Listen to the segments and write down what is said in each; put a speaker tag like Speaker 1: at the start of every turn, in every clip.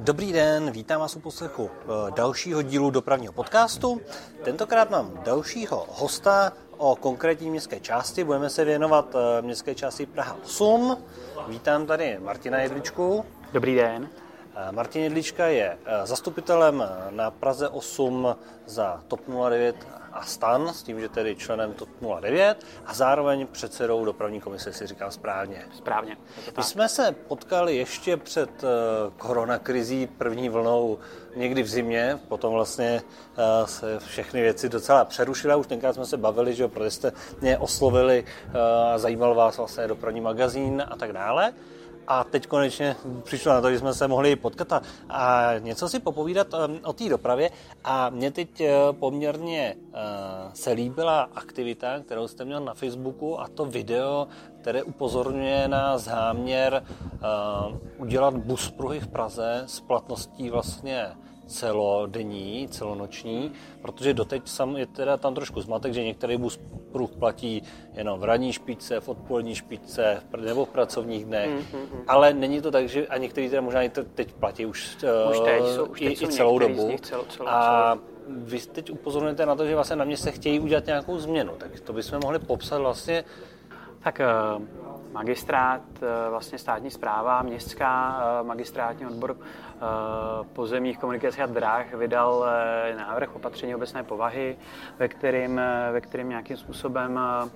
Speaker 1: Dobrý den, vítám vás u poslechu dalšího dílu dopravního podcastu. Tentokrát mám dalšího hosta o konkrétní městské části. Budeme se věnovat městské části Praha 8. Vítám tady Martina Jedličku.
Speaker 2: Dobrý den.
Speaker 1: Martin Jedlička je zastupitelem na Praze 8 za TOP 09 a STAN, s tím, že tedy členem TOP 09 a zároveň předsedou dopravní komise, jestli říkám správně.
Speaker 2: Správně.
Speaker 1: My jsme se potkali ještě před koronakrizí první vlnou někdy v zimě, potom vlastně se všechny věci docela přerušily. Už tenkrát jsme se bavili, že protože jste mě oslovili a zajímal vás vlastně dopravní magazín a tak dále. A teď konečně přišlo na to, že jsme se mohli potkat a něco si popovídat o té dopravě. A mě teď poměrně se líbila aktivita, kterou jste měl na Facebooku, a to video, které upozorňuje na záměr udělat buspruhy v Praze s platností vlastně celodenní, celonoční, protože doteď je teda tam trošku zmatek, že některý buspruh platí jenom v ranní špičce, v odpolední špičce nebo v pracovních dnech, ale není to tak, že a některý teda možná i teď platí už teď i celou dobu. A vy teď upozorňujete na to, že vlastně na městě chtějí udělat nějakou změnu, tak to bychom mohli popsat vlastně.
Speaker 2: Tak magistrát, vlastně státní správa, městská, magistrátní odbor pozemních komunikací a drah vydal návrh opatření obecné povahy, ve kterým nějakým způsobem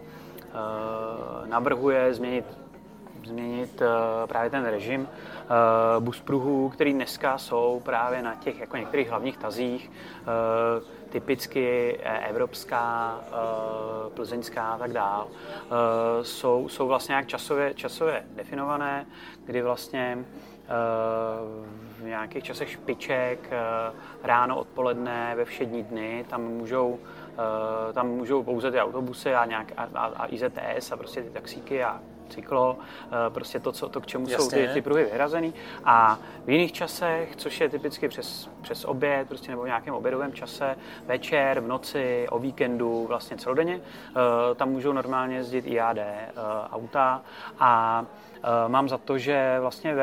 Speaker 2: navrhuje změnit právě ten režim buspruhů, který dneska jsou právě na těch jako některých hlavních tazích, typicky evropská, plzeňská a tak dál, jsou vlastně nějak časově definované, kdy vlastně v nějakých časech špiček, ráno, odpoledne, ve všední dny, tam můžou pouze ty autobusy a IZTS a prostě ty taxíky a cyklo, prostě to k čemu jsou ty pruhy vyhrazený. A v jiných časech, což je typicky přes oběd, prostě nebo v nějakém obědovém čase, večer, v noci, o víkendu, vlastně celodenně, tam můžou normálně jezdit IAD auta a mám za to, že vlastně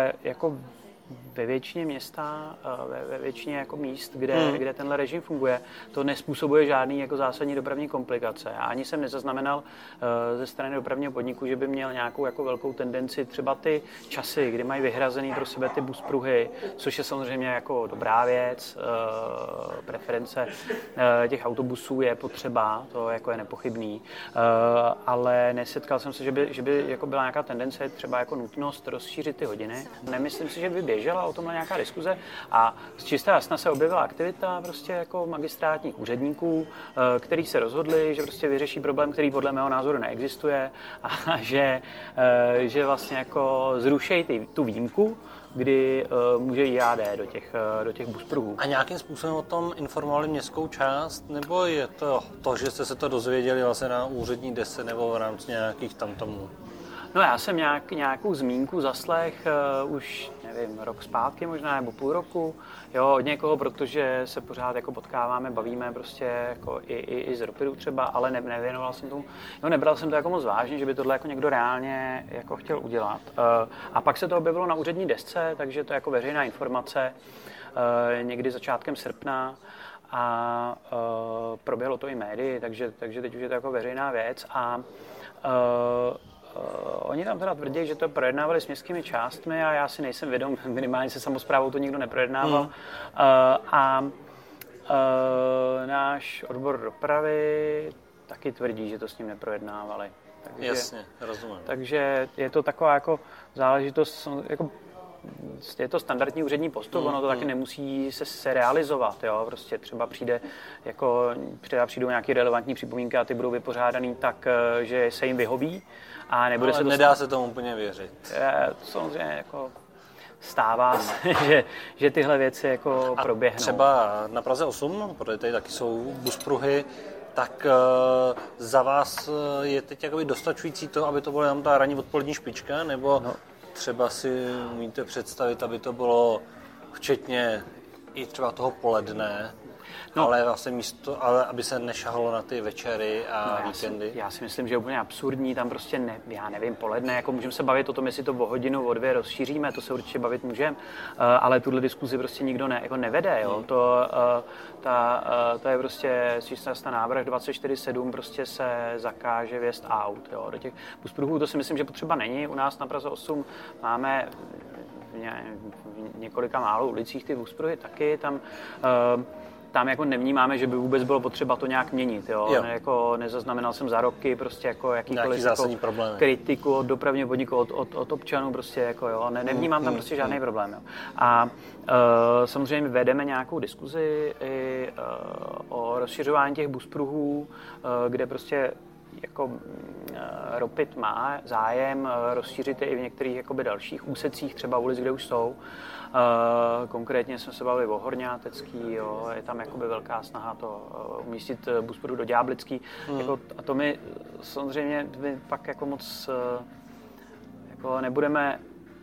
Speaker 2: ve většině města, ve většině jako míst, kde tenhle režim funguje, to nezpůsobuje žádný jako zásadní dopravní komplikace. A ani jsem nezaznamenal ze strany dopravního podniku, že by měl nějakou jako velkou tendenci třeba ty časy, kdy mají vyhrazený pro sebe ty buspruhy, což je samozřejmě jako dobrá věc, preference těch autobusů je potřeba, to jako je nepochybný, ale nesetkal jsem se, že by jako byla nějaká tendence, třeba jako nutnost rozšířit ty hodiny. Nemyslím si, že by běžela o tomhle nějaká diskuze a z čistá jasna se objevila aktivita prostě jako magistrátních úředníků, kteří se rozhodli, že prostě vyřeší problém, který podle mého názoru neexistuje a že vlastně jako zrušejí tu výjimku, kdy může IAD do těch buspruhů.
Speaker 1: A nějakým způsobem o tom informovali městskou část, nebo je to, že jste se to dozvěděli vlastně na úřední desce nebo v rámci nějakých tamtomů?
Speaker 2: No já jsem nějakou zmínku zaslech už, nevím, rok zpátky možná, nebo půl roku, jo, od někoho, protože se pořád jako potkáváme, bavíme prostě jako i z Ropidu třeba, ale nevěnoval jsem tomu, no nebral jsem to jako moc vážně, že by tohle jako někdo reálně jako chtěl udělat. A pak se to objevilo na úřední desce, takže to je jako veřejná informace někdy začátkem srpna a proběhlo to i médii, takže teď už je to jako veřejná věc a oni tam teda tvrdí, že to projednávali s městskými částmi a já si nejsem vědom, minimálně se samosprávou to nikdo neprojednával. Náš odbor dopravy taky tvrdí, že to s ním neprojednávali. Takže,
Speaker 1: jasně, rozumím.
Speaker 2: Takže je to taková jako záležitost, jako je to standardní úřední postup, ono to taky nemusí se realizovat, jo, prostě třeba přijdou nějaké relevantní připomínky a ty budou vypořádaný tak, že se jim vyhoví a nebude se to
Speaker 1: nedá se tomu úplně věřit.
Speaker 2: Samozřejmě jako stává se, že tyhle věci jako proběhnou.
Speaker 1: Třeba na Praze 8, protože tady taky jsou buspruhy, tak za vás je teď jakoby dostačující to, aby to byla jenom ta ranní odpolední špička, nebo třeba si umíte představit, aby to bylo včetně i třeba toho poledne, ale vlastně místo, ale aby se nešahalo na ty večery a víkendy.
Speaker 2: Já si myslím, že je úplně absurdní, tam prostě já nevím, poledne, jako můžeme se bavit o tom, jestli to o hodinu, o 2 rozšíříme, to se určitě bavit můžeme, ale tuhle diskuzi prostě nikdo nevede, jo. To je prostě, když návrh 24/7 prostě se zakáže vjezd aut, jo. Do těch buspruhů to si myslím, že potřeba není. U nás na Praze 8 máme v několika málo ulicích ty buspruhy taky, tam jako nevnímáme, že by vůbec bylo potřeba to nějak měnit, jo. Jako nezaznamenal jsem za roky prostě jako jakýkoliv
Speaker 1: zásadní problém.
Speaker 2: Kritiku od dopravního podniku, od občanů prostě jako jo, nevnímám tam prostě žádný problém, jo. A samozřejmě vedeme nějakou diskuzi i o rozšiřování těch buspruhů, kde prostě jako Ropit má zájem rozšířit je i v některých jakoby dalších úsecích, třeba ulic, kde už jsou. Konkrétně jsme se bavili o Horňátecký, jo, je tam jakoby velká snaha to umístit buspruhu do Ďáblický. Jako, a to my samozřejmě pak jako moc jako nebudeme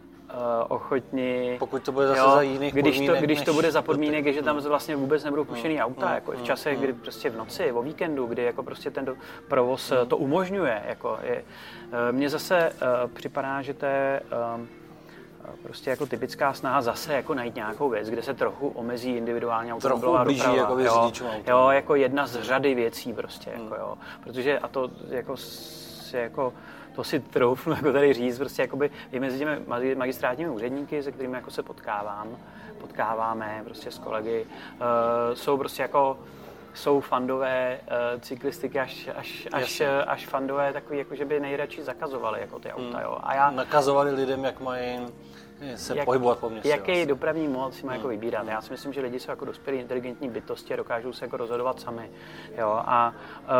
Speaker 2: ochotni.
Speaker 1: Pokud to bude zase za jiných podmínek.
Speaker 2: Když to bude za podmínek, že tam vlastně vůbec nebudou puštěný auta, jako v čase, kdy prostě v noci, o víkendu, kdy jako prostě ten provoz to umožňuje. Jako mně zase připadá, že to je prostě jako typická snaha zase jako najít nějakou věc, kde se trochu omezí individuální automobilová doprava. Jo, jako jedna z řady věcí prostě, jako jo. Protože a to jako to si troufnu jako tady říct, prostě jakoby i mezi těmi magistrátními úředníky, se kterými jako se potkáváme prostě s kolegy, jsou prostě jako jsou fandové cyklistiky až fandové takový, jako že by nejradši zakazovali jako ty auta, jo. A
Speaker 1: nakazovali lidem, jak mají se pohybovat po městě.
Speaker 2: Jaký dopravní mod si má jako vybírat. Já si myslím, že lidi jsou jako dospělí inteligentní bytosti a dokážou se jako rozhodovat sami, jo. A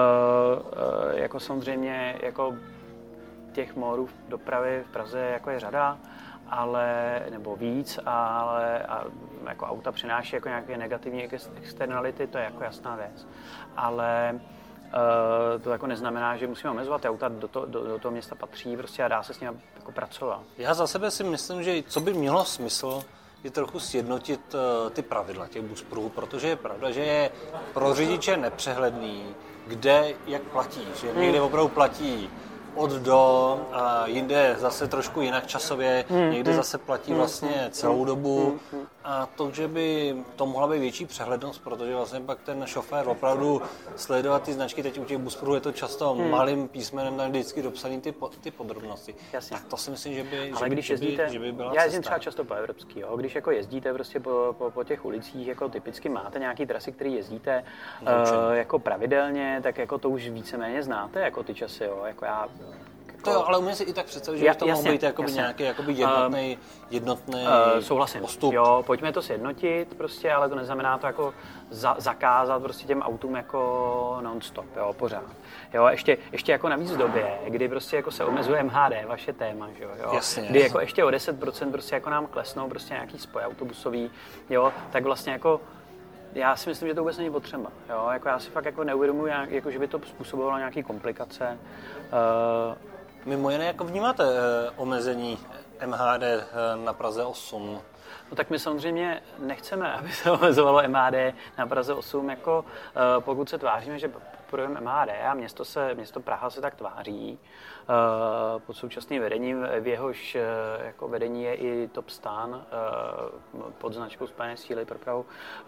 Speaker 2: jako samozřejmě jako těch módů dopravy v Praze jako je řada, nebo víc, ale jako auta přináší jako nějaké negativní externality, to je jako jasná věc. Ale to jako neznamená, že musíme omezovat, auta do toho města patří prostě a dá se s nimi jako pracovat.
Speaker 1: Já za sebe si myslím, že co by mělo smysl, je trochu sjednotit ty pravidla těch buspruhů, protože je pravda, že je pro řidiče nepřehledný, kde jak platí, že někde opravdu platí od do a jinde zase trošku jinak časově, někde zase platí vlastně celou dobu a to, že by to mohla být větší přehlednost, protože vlastně pak ten šofér opravdu sledovat ty značky, teď u těch buspruhů je to často malým písmenem tam vždycky dopsaný ty podrobnosti.
Speaker 2: Jasně.
Speaker 1: Tak to si myslím, že by,
Speaker 2: ale když jezdíte,
Speaker 1: že by byla
Speaker 2: já jezdím třeba často po evropský, jo, když jako jezdíte prostě po těch ulicích, jako typicky máte nějaký trasy, které jezdíte jako pravidelně, tak jako to už víceméně znáte, jako ty časy, jo, jako já.
Speaker 1: To jo, ale umím si i tak představit, že to mohou být nějaký jednotný
Speaker 2: souhlasím.
Speaker 1: Postup.
Speaker 2: Jo, pojďme to sjednotit prostě, ale to neznamená to jako zakázat prostě těm autům jako non-stop, jo, pořád. Jo, ještě jako navíc v době, kdy prostě jako se omezuje MHD, vaše téma, že jo,
Speaker 1: jasně,
Speaker 2: kdy jako ještě o 10% prostě jako nám klesnou prostě nějaký spoj autobusový, jo, tak vlastně jako já si myslím, že to vůbec není potřeba. Jo? Jako já si fakt jako neuvědomuji, jako, že by to způsobovalo nějaké komplikace.
Speaker 1: Mimo jiné, jako vnímáte omezení MHD na Praze 8?
Speaker 2: No tak my samozřejmě nechceme, aby se omezovalo MHD na Praze 8, jako pokud se tváříme, že podporujeme MHD a město Praha se tak tváří pod současným vedením, v jehož jako vedení je i Top Stan pod značkou Spojené síly pro Prahu,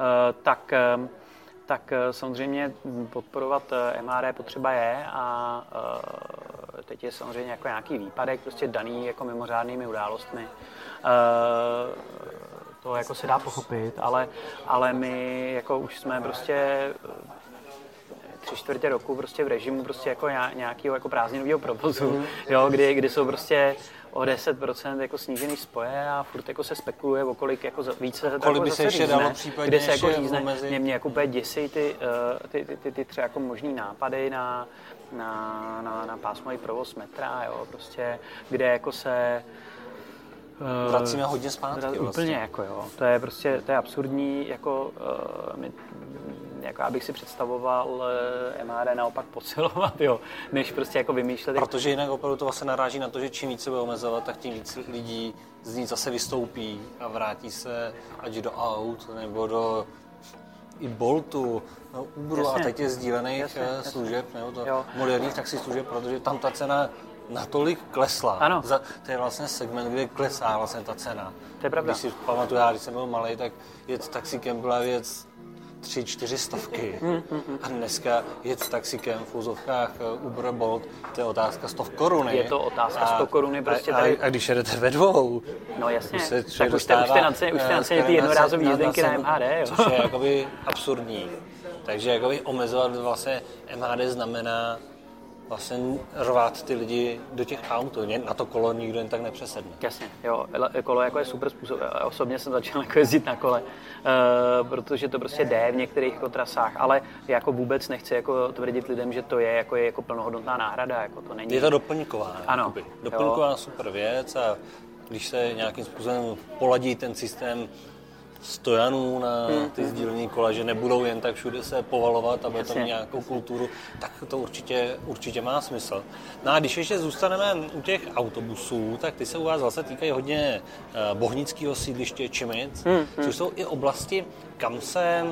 Speaker 2: tak samozřejmě podporovat MHD potřeba je a teď je samozřejmě jako nějaký výpadek, prostě daný jako mimořádnými událostmi. To jako se dá pochopit, ale my jako už jsme prostě 3/4 roku prostě v režimu prostě jako nějakého jako prázdninového provozu, jo, kdy jsou prostě o 10% jako snížený spoje a furt jako se spekuluje, o kolik jako více se to jako zase řízne, kde se jako řízne. Mě jako úplně děsí ty třeba jako možný nápady na pásmový provoz metra, jo, prostě, kde jako se
Speaker 1: vracíme hodně zpátky vlastně.
Speaker 2: Úplně jako jo, to je prostě, to je absurdní, jako jako abych si představoval MHD naopak posilovat, jo, než prostě jako vymýšlet.
Speaker 1: Protože jinak opravdu to vlastně naráží na to, že čím více bude omezovat, tak tím víc lidí z ní zase vystoupí a vrátí se ať do aut nebo do i Boltu, Uberu a teď je sdílených služeb, nebo to moderních taxislužeb, protože tam ta cena natolik klesla.
Speaker 2: Ano.
Speaker 1: To je vlastně segment, kde klesá vlastně ta cena.
Speaker 2: To je pravda.
Speaker 1: Když si pamatuju, já když jsem byl malej, tak jet taxikem byla věc 3-4 stovky. A dneska jet taxikem v úzovkách Uber, Bolt, to je otázka 100 koruny.
Speaker 2: Je to otázka 100 koruny prostě tady.
Speaker 1: A když jedete ve dvou,
Speaker 2: no jasně,
Speaker 1: tak
Speaker 2: už jste na ceně ty jednorázové jízdenky na MHD, jo.
Speaker 1: Což je jakoby absurdní. Takže jakoby omezovat vlastně MHD znamená vlastně rvát ty lidi do těch aut, na to kolo nikdo jen tak nepřesedne.
Speaker 2: Jasně, jo, kolo jako je super způsob. Osobně jsem začal jako jezdit na kole, protože to prostě jde v některých jako trasách, ale jako vůbec nechci jako tvrdit lidem, že to je jako plnohodnotná náhrada, jako to není.
Speaker 1: Je to doplňková,
Speaker 2: ano,
Speaker 1: doplňková super věc a když se nějakým způsobem poladí ten systém stojanů na ty sdílení kola, že nebudou jen tak všude se povalovat, aby to nějakou kulturu, tak to určitě má smysl. No a když ještě zůstaneme u těch autobusů, tak ty se u vás vlastně týkají hodně bohnického sídliště Čimic, což jsou i oblasti, kam se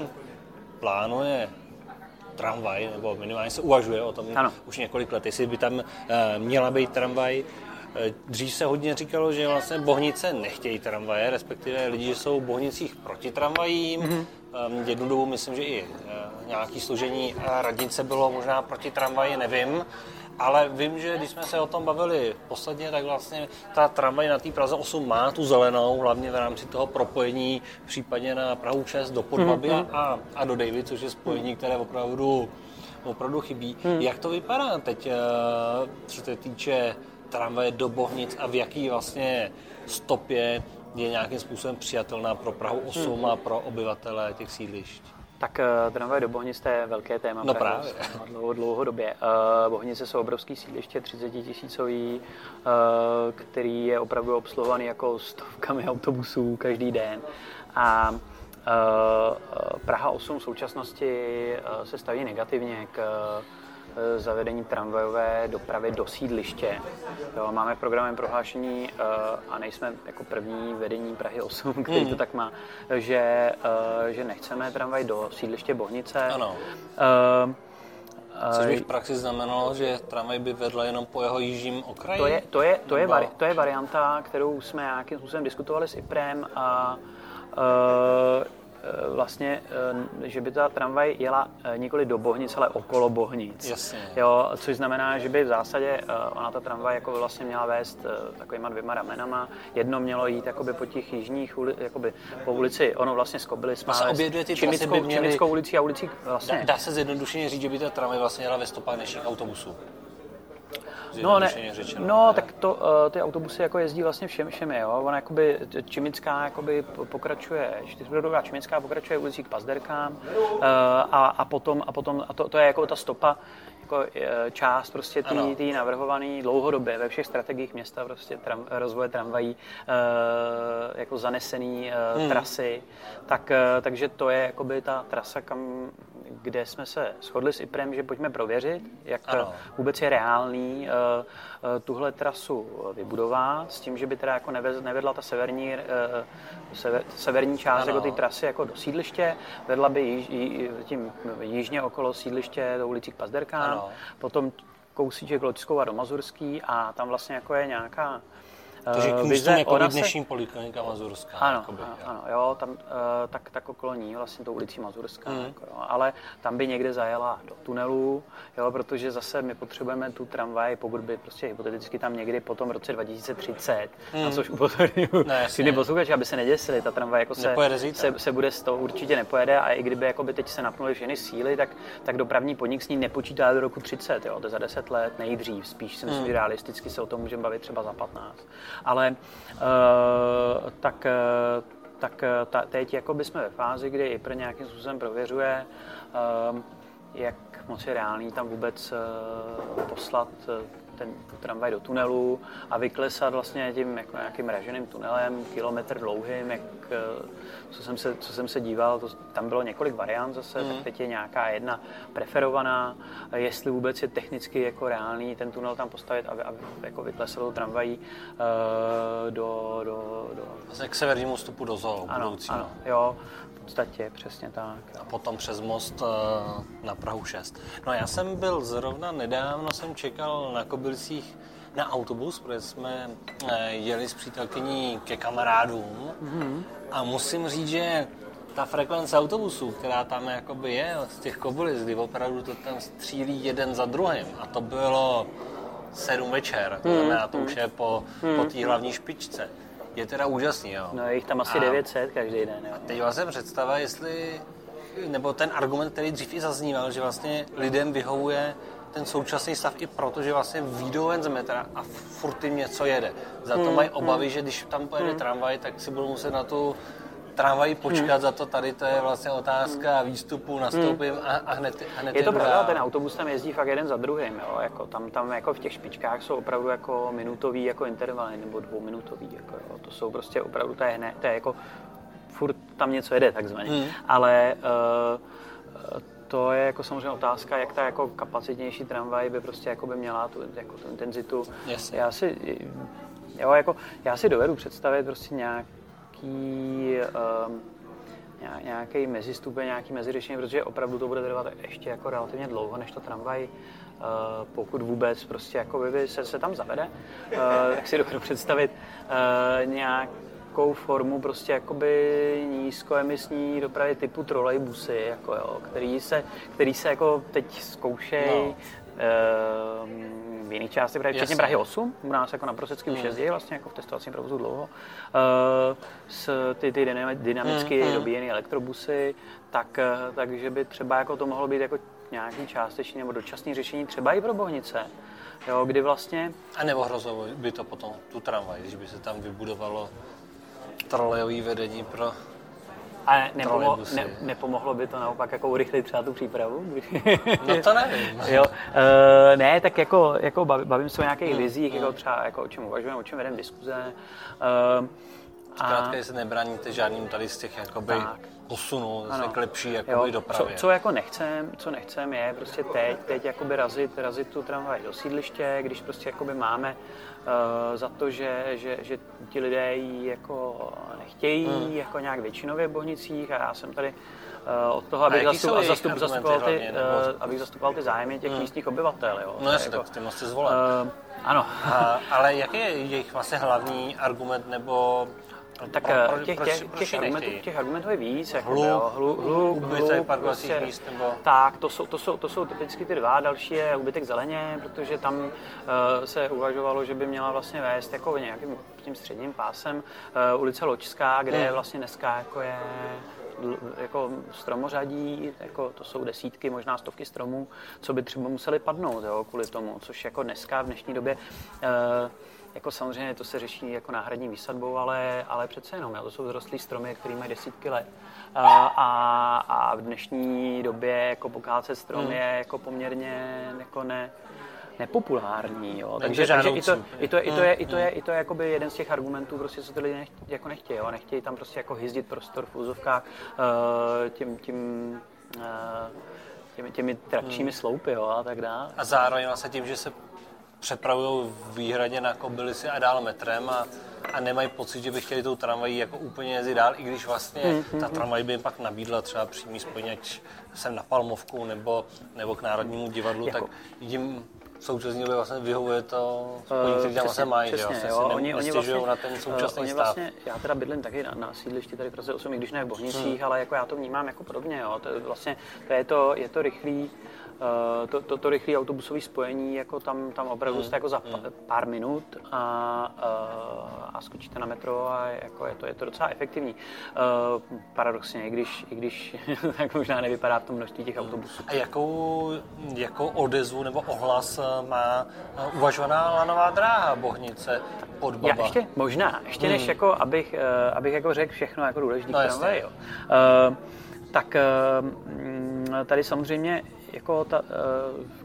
Speaker 1: plánuje tramvaj, nebo minimálně se uvažuje o tom už několik let, jestli by tam měla být tramvaj. Dřív se hodně říkalo, že vlastně Bohnice nechtějí tramvaje, respektive lidi, že jsou v Bohnicích proti tramvajím. Jednu dobu myslím, že i nějaké složení radnice bylo možná proti tramvaji, nevím. Ale vím, že když jsme se o tom bavili posledně, tak vlastně ta tramvaj na té Praze 8 má tu zelenou, hlavně v rámci toho propojení případně na Prahu 6 do Podbaby a do Davy, což je spojení, které opravdu chybí. Jak to vypadá teď, co se týče tramvaje do Bohnic a v jaký vlastně stopě je nějakým způsobem přijatelná pro Prahu 8 a pro obyvatele těch sídlišť?
Speaker 2: Tak tramvaj do Bohnic to je velké téma.
Speaker 1: No právě.
Speaker 2: Dlouhodobě. Bohnice jsou obrovský sídliště, 30 000, který je opravdu obsluhovaný jako stovkami autobusů každý den. A Praha 8 v současnosti se staví negativně k zavedení tramvajové dopravy do sídliště. Jo, máme v programovém prohlášení a nejsme jako první vedení Prahy 8, který to tak má, že nechceme tramvaj do sídliště Bohnice.
Speaker 1: Ano. Což by v praxi znamenalo, že tramvaj by vedla jenom po jeho jižním okraji?
Speaker 2: To je varianta, kterou jsme nějakým způsobem diskutovali s IPRem a vlastně, že by ta tramvaj jela nikoli do Bohnic, ale okolo Bohnic.
Speaker 1: Jasně.
Speaker 2: Jo, což znamená, že by v zásadě ona ta tramvaj jako vlastně měla vést takovýma dvěma ramenama. Jedno mělo jít jakoby po těch jižních jakoby po ulici, ono vlastně z Kobylis má Čimickou ulicí a ulicí vlastně.
Speaker 1: Dá se zjednodušeně říct, že by ta tramvaj vlastně jela ve stopách dnešních autobusů.
Speaker 2: Tak ty autobusy jako jezdí vlastně všemi, jo. Ona jakoby Čimická jakoby pokračuje, čtyřbodová Čimická pokračuje ulicí k Pazderkám a to je jako ta stopa, jako část prostě tý navrhovaný dlouhodobě ve všech strategiích města prostě rozvoje tramvají jako zanesený trasy, takže to je jakoby ta trasa, kde jsme se shodli s IPRem, že pojďme prověřit, jak vůbec je reálný tuhle trasu vybudovat, s tím, že by teda jako nevedla ta severní část jako ty trasy jako do sídliště, vedla by tím jižně okolo sídliště do ulicí k Pazderkám, potom kousíček Loďskou a do Mazurský a tam vlastně jako je nějaká
Speaker 1: takže vize jako dnešní poliklinika Mazurská.
Speaker 2: Ano, jo, tam tak okolo ní vlastně tou ulicí Mazurská, jako, jo, ale tam by někde zajela do tunelu, jo, protože zase my potřebujeme tu tramvaj, pokud by prostě hypoteticky tam někdy po tom roce 2030, na což upozorňuji všichni posluchači, aby se neděsili, ta tramvaj jako se bude z toho určitě nepojede a i kdyby jakoby teď se napnuly všechny síly, tak dopravní podnik s ní nepočítá do roku 30, jo, to je za 10 let nejdřív, spíš si myslím, že realisticky se o tom můžeme bavit třeba za 15. Ale teď jako jsme ve fázi, kdy IPR nějakým způsobem prověřuje, jak moc je reálný tam vůbec poslat tu tramvaj do tunelu a vyklesat vlastně tím jako nějakým raženým tunelem, kilometr dlouhým, co jsem se díval, tam bylo několik variant zase, tak teď je nějaká jedna preferovaná, jestli vůbec je technicky jako reálný ten tunel tam postavit, aby jako vyklesal tramvají do
Speaker 1: vlastně k severnímu vstupu do zoo budoucího.
Speaker 2: Ano, jo, v podstatě přesně tak.
Speaker 1: A potom přes most na Prahu 6. No já jsem byl zrovna nedávno, jsem čekal na Kobylisích na autobus, protože jsme jeli s přítelkyní ke kamarádům a musím říct, že ta frekvence autobusů, která tam jakoby je z těch Kobylis, kdy opravdu to tam střílí jeden za druhým a to bylo 7 večer, to znamená, to už je po té hlavní špičce. Je teda úžasný, jo.
Speaker 2: No je jich tam asi 900 každý den, jo.
Speaker 1: Teď vlastně představa, jestli, nebo ten argument, který dřív i zazníval, že vlastně lidem vyhovuje ten současný stav i proto, že vlastně vyjdou ven z metra a furt jim něco jede. Za to mají obavy, že když tam pojede tramvaj, tak si budou muset na tu tramvaj počkat, za to tady to je vlastně otázka výstupu, nastoupím a hned
Speaker 2: je to pravda, ten autobus tam jezdí fakt jeden za druhým, jo, jako tam jako v těch špičkách jsou opravdu jako minutový jako intervaly nebo 2minutový, jako jo, to jsou prostě opravdu, to je jako furt tam něco jede takzvaně, ale to je jako samozřejmě otázka, jak ta jako kapacitnější tramvaj by prostě jako by měla tu intenzitu.
Speaker 1: Yes.
Speaker 2: Já si dovedu představit prostě nějaký mezistupeň, nějaký meziřešení, protože opravdu to bude trvat ještě jako relativně dlouho, než ta tramvaj, pokud vůbec prostě jako by se tam zavede, tak si dovedu představit nějakou formu prostě jakoby nízkoemisní dopravy typu trolejbusy, jako jo, který se jako teď zkoušejí. V jiných částech, včetně Prahy 8, u nás jako na Prosecky už jezdí vlastně jako v testovacím provozu dlouho, s ty dynamicky dobíjené elektrobusy, takže by třeba jako to mohlo být jako nějaký částečný nebo dočasný řešení třeba i pro Bohnice, jo, kdy vlastně...
Speaker 1: A nebo hrozilo by to potom tu tramvaj, když by se tam vybudovalo trolejové vedení pro...
Speaker 2: A nepomohlo by to naopak jako urychlit třeba tu přípravu?
Speaker 1: No to nevím.
Speaker 2: Jo, ne, tak jako bavím se o nějakých vizích, jako třeba jako o čem uvažujeme, o čem vedeme diskuze.
Speaker 1: Zkrátka, jestli nebráníte žádným tady z těch jakoby posunů, zase k lepší jakoby dopravě.
Speaker 2: Co nechcem je prostě teď jakoby razit tu tramvaj do sídliště, když prostě jakoby máme za to, že ti lidé ji jako nechtějí jako nějak většinově v Bohnicích a já jsem tady od toho, abych zastupoval ty zájmy těch místních obyvatel. Jo.
Speaker 1: No jasně, tak ty jste zvolen.
Speaker 2: Ano.
Speaker 1: Ale jaký je jejich vlastně hlavní argument, nebo...
Speaker 2: Tak těch argumentů je víc.
Speaker 1: Úbytek parkovacích míst, nebo...
Speaker 2: Tak, to jsou typicky ty dva. Další je úbytek zeleně, protože tam se uvažovalo, že by měla vlastně vést jako nějakým tím středním pásem ulice Ločská, kde vlastně dneska jako je jako stromořadí, jako to jsou desítky, možná stovky stromů, co by třeba museli padnout, jo, kvůli tomu, což jako dneska v dnešní době jako samozřejmě to se řeší jako náhradní výsadbou, ale přece jenom, to jsou vzrostlý stromy, které mají desítky let. A v dnešní době jako pokácet strom je jako poměrně jako nepopulární, jo. Takže i to je jakoby jeden z těch argumentů, prostě, co ty lidé jako nechtějí, jo. Nechtějí tam prostě jako hyzdit prostor v úzovkách těmi tratšími sloupy, jo, a tak dále.
Speaker 1: A zároveň vlastně tím, že se přepravují výhradně na Kobylisy a dál metrem a nemají pocit, že by chtěli tou tramvají jako úplně jezdit dál, i když vlastně ta tramvaj by jim pak nabídla třeba přímý spojení, ať sem na Palmovku nebo k Národnímu divadlu, jako, tak jim v současné době vlastně vyhovuje to spojení, který tam vlastně mají, že vlastně si nestěžují na ten současný stav.
Speaker 2: Vlastně, já teda bydlím taky na sídlišti tady v Praze 8, i když ne v Bohnicích, ale jako já to vnímám jako podobně, jo. To je vlastně, je to rychlý, to rychlé autobusové spojení, jako tam opravdu jste jako za pár minut a skočíte na metro a jako je to docela efektivní. Paradoxně, i když tak možná nevypadá v tom množství těch autobusů.
Speaker 1: A jakou odezvu nebo ohlas má uvažovaná lanová dráha Bohnice pod Baba?
Speaker 2: Ještě než jako, abych jako řekl všechno jako důležitý k tramvaji, jo. Tak tady samozřejmě jako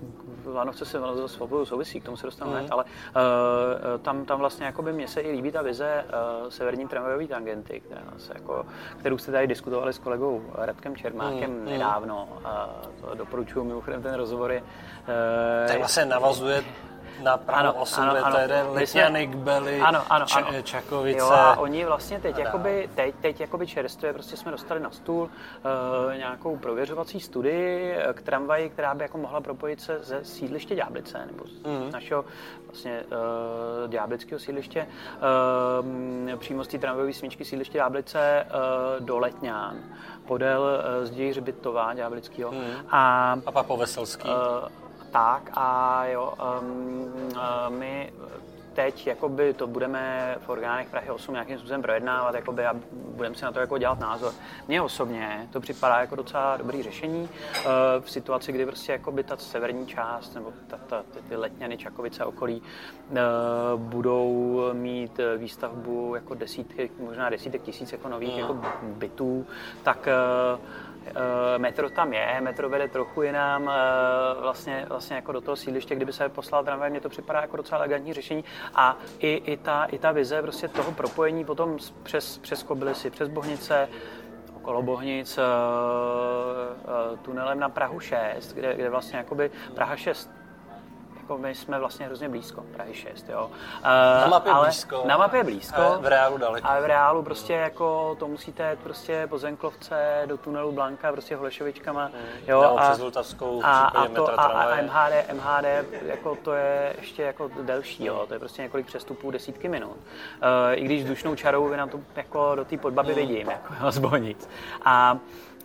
Speaker 2: v Lanovce se svobodou souvisí, k tomu se dostanu hned, ale tam vlastně jakoby mně se i líbí ta vize severní tramvajové tangenty, kterou jste tady diskutovali s kolegou Radkem Čermákem nedávno. To doporučuji mimochodem, ten rozhovor je...
Speaker 3: Tak vlastně navazuje na Prahu 8, Letňany, Kbely, Čakovice.
Speaker 2: Jo, a oni vlastně teď jakoby čerstvě prostě jsme dostali na stůl nějakou prověřovací studii k tramvaji, která by jako mohla propojit se ze sídliště Ďáblice, nebo z našeho vlastně ďáblického sídliště, přímo z té tramvajové smyčky sídliště Ďáblice do Letňan, podél zdi Hřbitova Ďáblického.
Speaker 3: A pak po Veselský.
Speaker 2: Tak a jo, my teď jakoby to budeme v orgánech Prahy 8 nějakým způsobem projednávat jakoby, a budeme si na to jako dělat názor. Mně osobně to připadá jako docela dobrý řešení v situaci, kdy prostě jakoby ta severní část nebo ty Letňany, Čakovice a okolí budou mít výstavbu jako možná desítek tisíc jako nových jako bytů, tak metro tam je, metro vede trochu jinam, vlastně jako do toho sídliště, kdyby se poslal tramvaj, mně to připadá jako docela elegantní řešení a i ta vize prostě toho propojení potom přes Kobylisy, přes Bohnice, okolo Bohnic, tunelem na Prahu 6, kde vlastně jakoby Praha 6 jako my jsme vlastně hrozně blízko, Prahy 6, jo.
Speaker 3: Na mapě blízko.
Speaker 2: Na mapě blízko.
Speaker 3: A v reálu daleko.
Speaker 2: A v reálu prostě jako to musíte jet prostě po Zenklovce do tunelu Blanka, prostě Holešovičkama, jo.
Speaker 3: Nebo přes Vltavskou, případně metra tramvaje.
Speaker 2: A MHD, jako to je ještě jako delší, jo. To je prostě několik přestupů, desítky minut. I když vzdušnou čarou vy na to jako do té Podbaby vidím, jako z Bohnic. A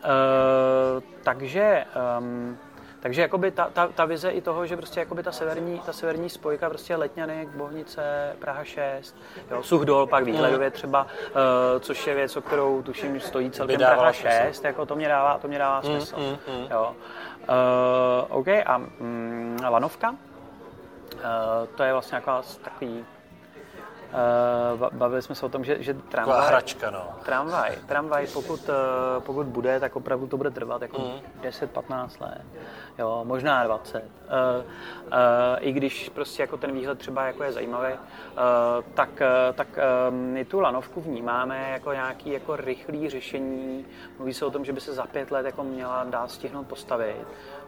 Speaker 2: takže jakoby ta vize i toho, že prostě jakoby ta severní spojka, prostě Letňany, Bohnice, Praha 6, jo, Suchdol, pak výhledově třeba, což je věc, o kterou tuším stojí celkem Praha 6, jako to mě dává smysl. Jo. OK, a Lanovka, to je vlastně jako takový, bavili jsme se o tom, že tramvaj,
Speaker 3: hračka, no.
Speaker 2: tramvaj pokud bude, tak opravdu to bude trvat jako 10-15 let, jo, možná 20. I když prostě jako ten výhled třeba jako je zajímavý, tak my tu Lanovku vnímáme jako nějaký jako rychlý řešení. Mluví se o tom, že by se za 5 let jako měla dát stihnout postavit.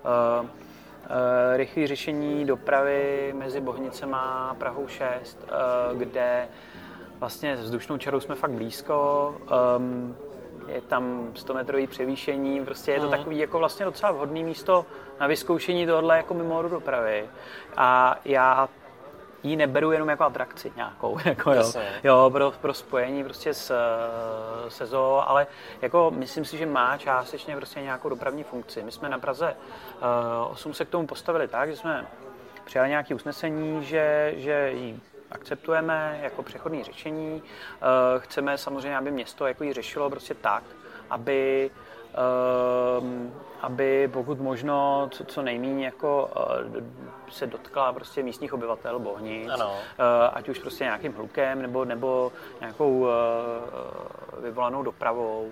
Speaker 2: Rychlé řešení dopravy mezi Bohnicema a Prahou 6, kde vlastně s vzdušnou čarou jsme fakt blízko, je tam 100-metrový převýšení, prostě je to takový jako vlastně docela vhodné místo na vyzkoušení tohohle jako mimohodu dopravy. A já ji neberu jenom jako atrakci nějakou, jako jo, pro spojení prostě se zoo, ale jako myslím si, že má částečně prostě nějakou dopravní funkci. My jsme na Praze 8 se k tomu postavili tak, že jsme přijali nějaké usnesení, že ji akceptujeme jako přechodné řešení. Chceme samozřejmě, aby město jako ji řešilo prostě tak, aby pokud možno co nejméně jako se dotkla prostě místních obyvatel Bohnic, ať už prostě nějakým hlukem nebo nějakou vyvolanou dopravou.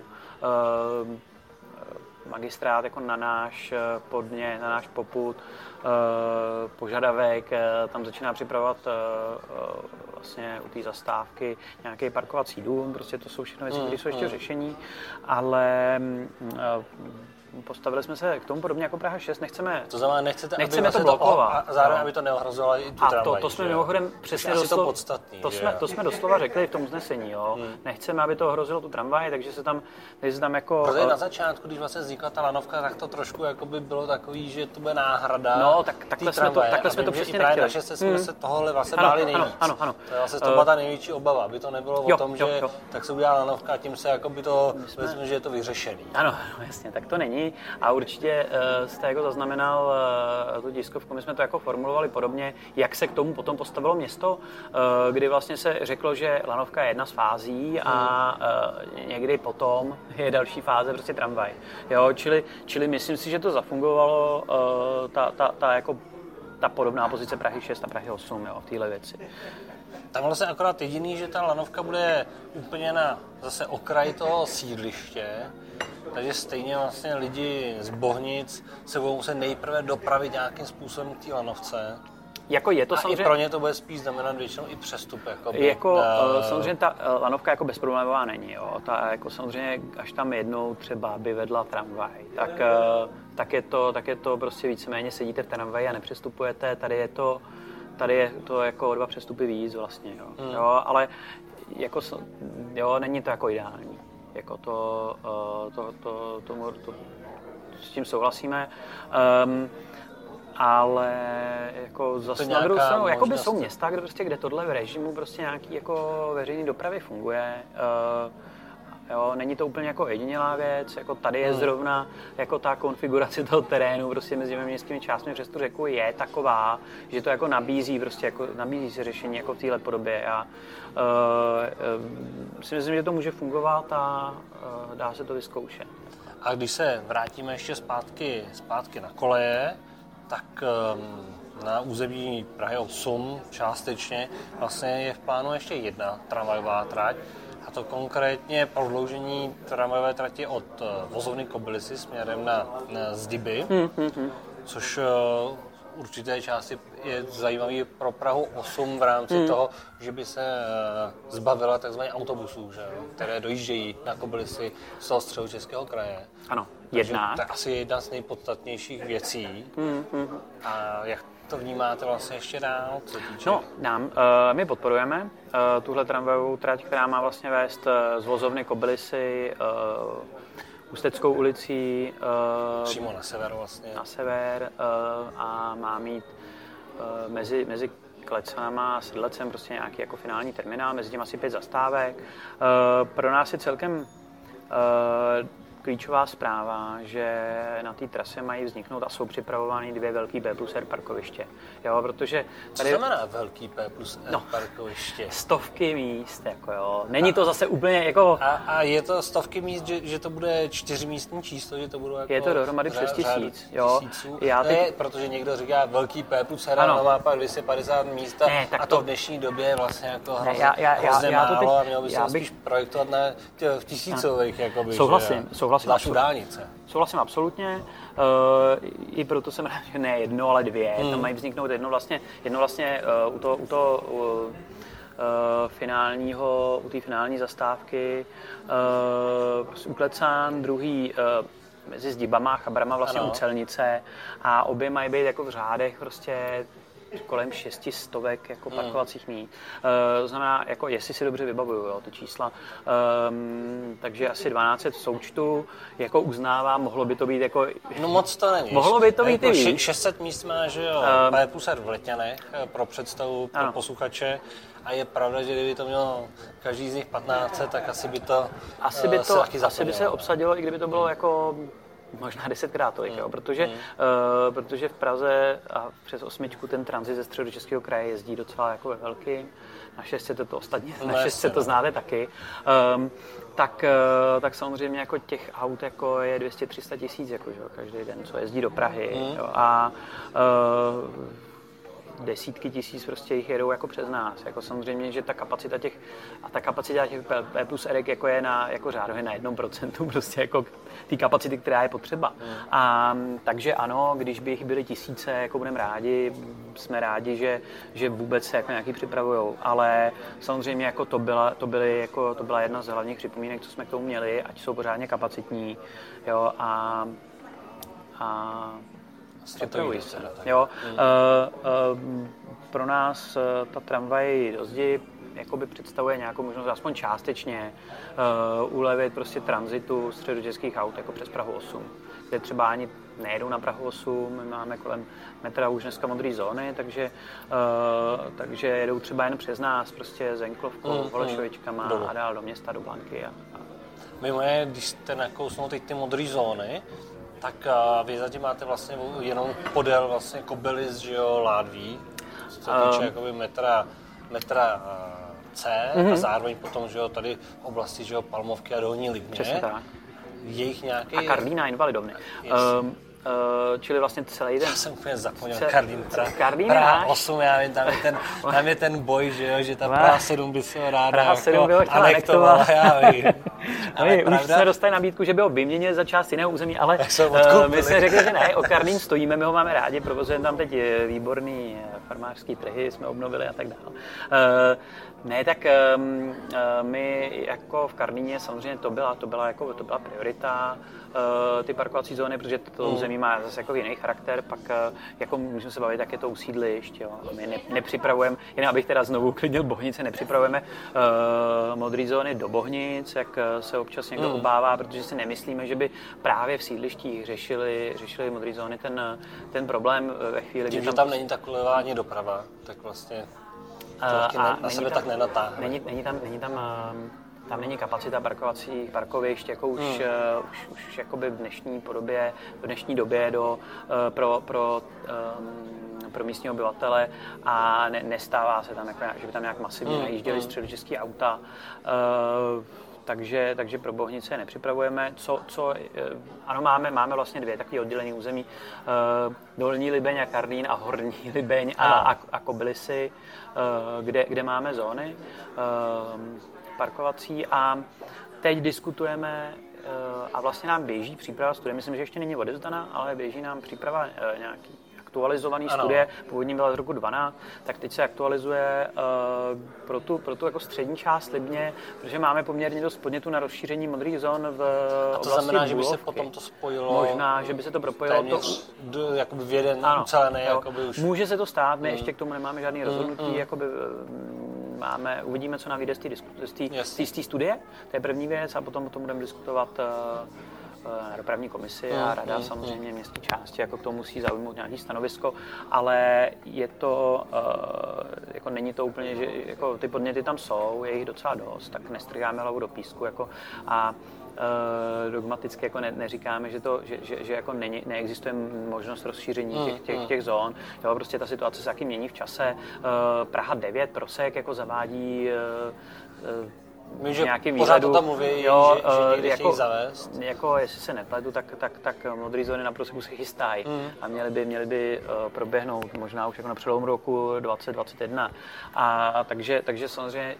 Speaker 2: Magistrát jako na náš popud, požadavek, tam začíná připravovat vlastně u té zastávky nějaký parkovací dům, prostě to jsou všechno věci, které jsou ještě řešení, ale postavili jsme se k tomu podobně jako Praha 6, nechceme to blokovat.
Speaker 3: A zároveň, aby to neohrozilo i tu tramvaj.
Speaker 2: To jsme mimochodem přesně to jsme doslova řekli v tom usnesení, jo. Nechceme, aby to ohrozilo tu tramvaj, takže se tam jako...
Speaker 3: Protože na začátku, když vlastně vznikla ta Lanovka, tak to trošku jakoby bylo takový, že to bude náhrada.
Speaker 2: No, takhle jsme to přesně nechtěli.
Speaker 3: Naše jsme se tohohle vlastně báli nejvíc.
Speaker 2: Ano.
Speaker 3: To je vlastně to byla ta největší obava, aby to nebylo o tom, že tak se udělá Lanovka a tím se jakoby to, myslím, že je to vyřešený.
Speaker 2: Ano, jasně, tak to není. A určitě jste jako zaznamenal tu tiskovku, my jsme to jako formulovali podobně, jak se k tomu potom postavilo město, kdy vlastně se řeklo, že Lanovka je jedna z fází a někdy potom je další fáze prostě tramvaj. Jo, čili myslím si, že to zafungovalo ta podobná pozice Prahy 6 a Prahy 8, jo, v téhle věci.
Speaker 3: Tam vlastně akorát jediný, že ta lanovka bude úplně na zase okraji toho sídliště, takže stejně vlastně lidi z Bohnic se budou muset nejprve dopravit nějakým způsobem k té lanovce.
Speaker 2: Jako je to
Speaker 3: a
Speaker 2: samozřejmě...
Speaker 3: i pro ně to bude spíš znamenat většinou i přestup.
Speaker 2: Samozřejmě ta lanovka jako bezproblémová není. Jo. Ta, jako samozřejmě, až tam jednou třeba by vedla tramvaj, tak je to prostě víceméně sedíte v tramvaji a nepřestupujete. Tady je to jako 2 přestupy víc vlastně. Jo. Jo, ale jako, jo, není to jako ideální. Jako s tím souhlasíme. Ale jako zase na druhou stranu, jakoby jsou města, kde tohle v režimu prostě nějaký jako veřejný dopravy funguje. Jo, není to úplně jako jedinělá věc, jako tady je zrovna jako ta konfigurace toho terénu prostě mezi městskými částmi přes tu řeku je taková, že to jako nabízí se řešení jako v téhle podobě. Já si myslím, že to může fungovat a dá se to vyzkoušet.
Speaker 3: A když se vrátíme ještě zpátky na koleje, tak na území Prahy 8 částečně vlastně je v plánu ještě jedna tramvajová trať, a to konkrétně prodloužení tramvajové trati od vozovny Kobylisy směrem na Zdiby, což určité části je zajímavý pro Prahu 8 v rámci toho, že by se zbavila tzv. Autobusů, že, které dojíždějí na Kobylisy z toho Středočeského kraje.
Speaker 2: Ano,
Speaker 3: to je asi jedna z nejpodstatnějších věcí. A jak to vnímáte vlastně ještě dál?
Speaker 2: No, my podporujeme tuhle tramvajovou trať, která má vlastně vést z vozovny Kobylisy Ústeckou ulicí
Speaker 3: přímo na sever vlastně.
Speaker 2: Na sever a má mít mezi Klecanama a Sedlecem prostě nějaký jako finální terminál, mezi tím asi 5 zastávek. Pro nás je celkem klíčová zpráva, že na té trase mají vzniknout a jsou připravovány 2 velký B+R parkoviště. Jo, protože tady...
Speaker 3: Co znamená velký B+R parkoviště?
Speaker 2: Stovky míst, jako jo. Není to zase úplně jako...
Speaker 3: A je to stovky míst, že to bude 4místní číslo, že to budou jako...
Speaker 2: Je to dohromady přes 1000, jo.
Speaker 3: Protože někdo říká velký B+R, ano. Má pak 250 míst a to v dnešní době je vlastně jako hrozně málo a mělo by se spíš projektovat na těch tisícových, jakoby,
Speaker 2: Souhlasím dálnice. Souhlasím absolutně. I proto jsem rád, že ne jedno, ale 2. Tam mají vzniknout jedno vlastně u té finální zastávky u Klecán, druhý mezi Zdibama a Chabrama vlastně u Celnice a obě mají být jako v řádech prostě kolem 600 jako parkovacích míst. To znamená, jako jestli si dobře vybavuju, jo, ty čísla. Takže asi 1200 v součtu, jako uznávám, mohlo by to být jako...
Speaker 3: No moc to není.
Speaker 2: Mohlo by to být i víc.
Speaker 3: 600 míst má, že jo, B+R v Letňanech, pro představu, pro posluchače. A je pravda, že kdyby to mělo každý z nich 1500, tak asi by to
Speaker 2: Asi by se obsadilo, i kdyby to bylo jako... Možná 10krát tolik, jo, protože v Praze a přes 8 ten tranzit ze Středočeského kraje jezdí docela jako ve velkým. Na 600 to ostatně, na 600 to znáte taky. Tak samozřejmě jako těch aut jako je 200-300 tisíc jako, že, každý den, co jezdí do Prahy. Jo, a desítky tisíc prostě jich jedou jako přes nás. Jako samozřejmě, že ta kapacita těch P+R jako je jako řádově na 1% prostě jako té kapacity, která je potřeba. A takže ano, když by jich byly tisíce, jako budeme rádi, jsme rádi, že vůbec se jako nějaký připravujou, ale samozřejmě jako to byla jedna z hlavních připomínek, co jsme k tomu měli, ať jsou pořádně kapacitní, jo, a připravují se. Jo. Pro nás ta tramvaj do Zdi jakoby představuje nějakou možnost aspoň částečně ulevit prostě tranzitu středočeských aut jako přes Prahu 8, kde třeba ani nejedou na Prahu 8, my máme kolem metra už dneska modré zóny, takže jedou třeba jen přes nás, prostě s Enklovkou, Holešovičkama a dál do města, do Blanky.
Speaker 3: Mimo jiné, když jste nakousnul teď ty modré zóny, tak vy zatím máte vlastně jenom podél vlastně Kobylis, že jo, Ládví, co se týče jakoby metra C a zároveň potom, že jo, tady v oblasti, že jo, Palmovky a Dolní Libně.
Speaker 2: Přesně tak.
Speaker 3: Jejich nějaký...
Speaker 2: A Karlína, Invalidovny. čili vlastně celý den.
Speaker 3: Já jsem úplně zapomněl Karlín.
Speaker 2: Praha
Speaker 3: 8, já vím, tam je ten boj, že ta Praha 7 by se ho ráda
Speaker 2: Praha 7 by ho chtěla
Speaker 3: anektovala, já vím.
Speaker 2: Už jsme dostali nabídku, že by ho vyměnil za část jiného území, ale my jsme řekli, že ne, o Karlín stojíme, my ho máme rádi, provozujeme tam teď výborný farmářský trhy, jsme obnovili a tak dále. Ne, tak my jako v Karlíně samozřejmě to byla priorita, ty parkovací zóny, protože to území má zase jako jiný charakter, pak jako můžeme se bavit, jak je to u sídlišť, jo. My nepřipravujeme, jen abych teda znovu uklidnil Bohnice, nepřipravujeme modré zóny do Bohnic, jak se občas někdo obává, protože si nemyslíme, že by právě v sídlištích řešili modré zóny ten problém ve chvíli,
Speaker 3: kdy tam není ta kulevání doprava, tak vlastně na sebe tak nenatáhne.
Speaker 2: Tam není kapacita parkovacích parkovišť, jako už jakoby v dnešní době pro místní obyvatele a nestává se tam, jako, že by tam nějak masivně najížděly středočeský auta. Takže pro Bohnice nepřipravujeme. Ano, máme vlastně dvě takové oddělené území. Dolní Libeň a Karlín a Horní Libeň a Kobylisy, kde máme zóny parkovací a teď diskutujeme a vlastně nám běží příprava studie. Myslím, že ještě není odevzdaná, ale běží nám příprava nějaký aktualizovaný studie, původní byla z roku 12, tak teď se aktualizuje pro tu jako střední část Libně, protože máme poměrně dost podnětů na rozšíření modrých zón v oblasti
Speaker 3: to znamená, že by
Speaker 2: Bulovky.
Speaker 3: se potom to spojilo?
Speaker 2: Možná, že by se to propojilo.
Speaker 3: Jakoby v jeden ucelený, jakoby už.
Speaker 2: Může se to stát, my ještě k tomu nemáme žádný rozhodnutí, jakoby uvidíme, co nám vyjde z té studie, to je první věc a potom o tom budeme diskutovat na dopravní komisi a rada samozřejmě městské části jako k tomu musí zaujmout nějaké stanovisko, ale je to, jako není to úplně, že jako ty podněty tam jsou, je jich docela dost, tak nestrháme hlavu do písku jako a dogmaticky jako neříkáme, že jako neexistuje možnost rozšíření těch zón. Jo, prostě ta situace se taky mění v čase. Praha 9 Prosek jako zavádí nějakým výhledu.
Speaker 3: Pořád to tam mluví, že někde chtějí zavést.
Speaker 2: Jako, jestli se nepletu, tak modré zóny na Proseku se chystají a měly by proběhnout možná už jako na přelomu roku 2021. A takže samozřejmě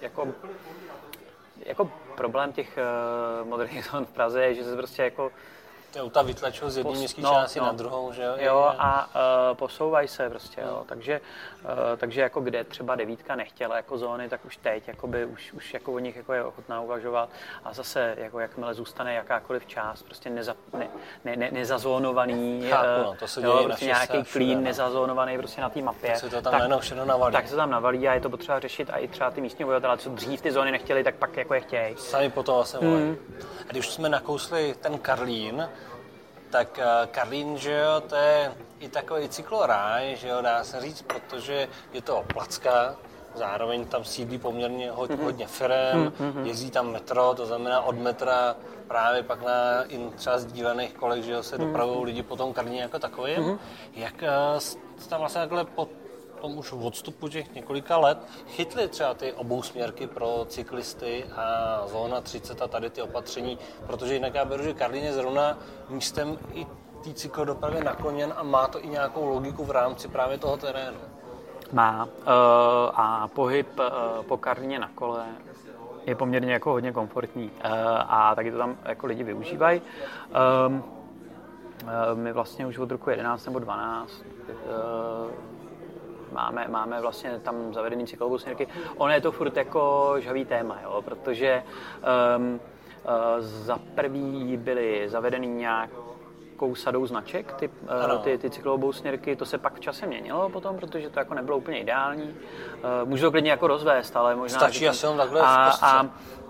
Speaker 2: jako problém těch modrých zón v Praze je, že se prostě jako
Speaker 3: auta vytlačují z jedné městské části na druhou, že jo?
Speaker 2: Jo, a posouvají se prostě, jo. Takže jako kde třeba 9 nechtěla jako zóny, tak už teď jakoby, už jako o nich jako je ochotná uvažovat a zase jako jakmile zůstane jakákoliv část prostě nezazónovaný,
Speaker 3: to se děje
Speaker 2: prostě nějaký klín nezazónovaný prostě na té mapě.
Speaker 3: Tak se to tam najednou všechno navalí.
Speaker 2: Tak se tam navalí a je to potřeba řešit a i třeba ty místní obyvatelé, co dřív ty zóny nechtěli, tak pak jako je chtějí.
Speaker 3: Sami potom vlastně volají. A když jsme nakousli ten Karlín, tak Karlín, že jo, to je i takový cykloráj, že jo, dá se říct, protože je to placka, zároveň tam sídlí poměrně hodně firem, jezdí tam metro, to znamená od metra právě pak na třeba sdílených kolech, že jo, se dopravují lidi po tom Karlíně jako takovým. Jak tam vlastně takhle po tom už v odstupu těch několika let chytli třeba ty obousměrky pro cyklisty a zóna 30 a tady ty opatření, protože jinak já beru, že Karlín je zrovna místem i té cyklodopravy nakloněn a má to i nějakou logiku v rámci právě toho terénu.
Speaker 2: Má a pohyb po Karlíně na kole je poměrně jako hodně komfortní a taky to tam jako lidi využívají. My vlastně už od roku 11 nebo 12 máme vlastně tam zavedený cyklobusměrky. Ono je to furt jako žhavý téma, jo, protože za prvý byly zavedeny nějakou sadou značek, ty cyklobusměrky, to se pak v čase měnilo potom, protože to jako nebylo úplně ideální. Můžu to klidně jako rozvést, ale možná...
Speaker 3: Stačí asi jenom takhle v kostce.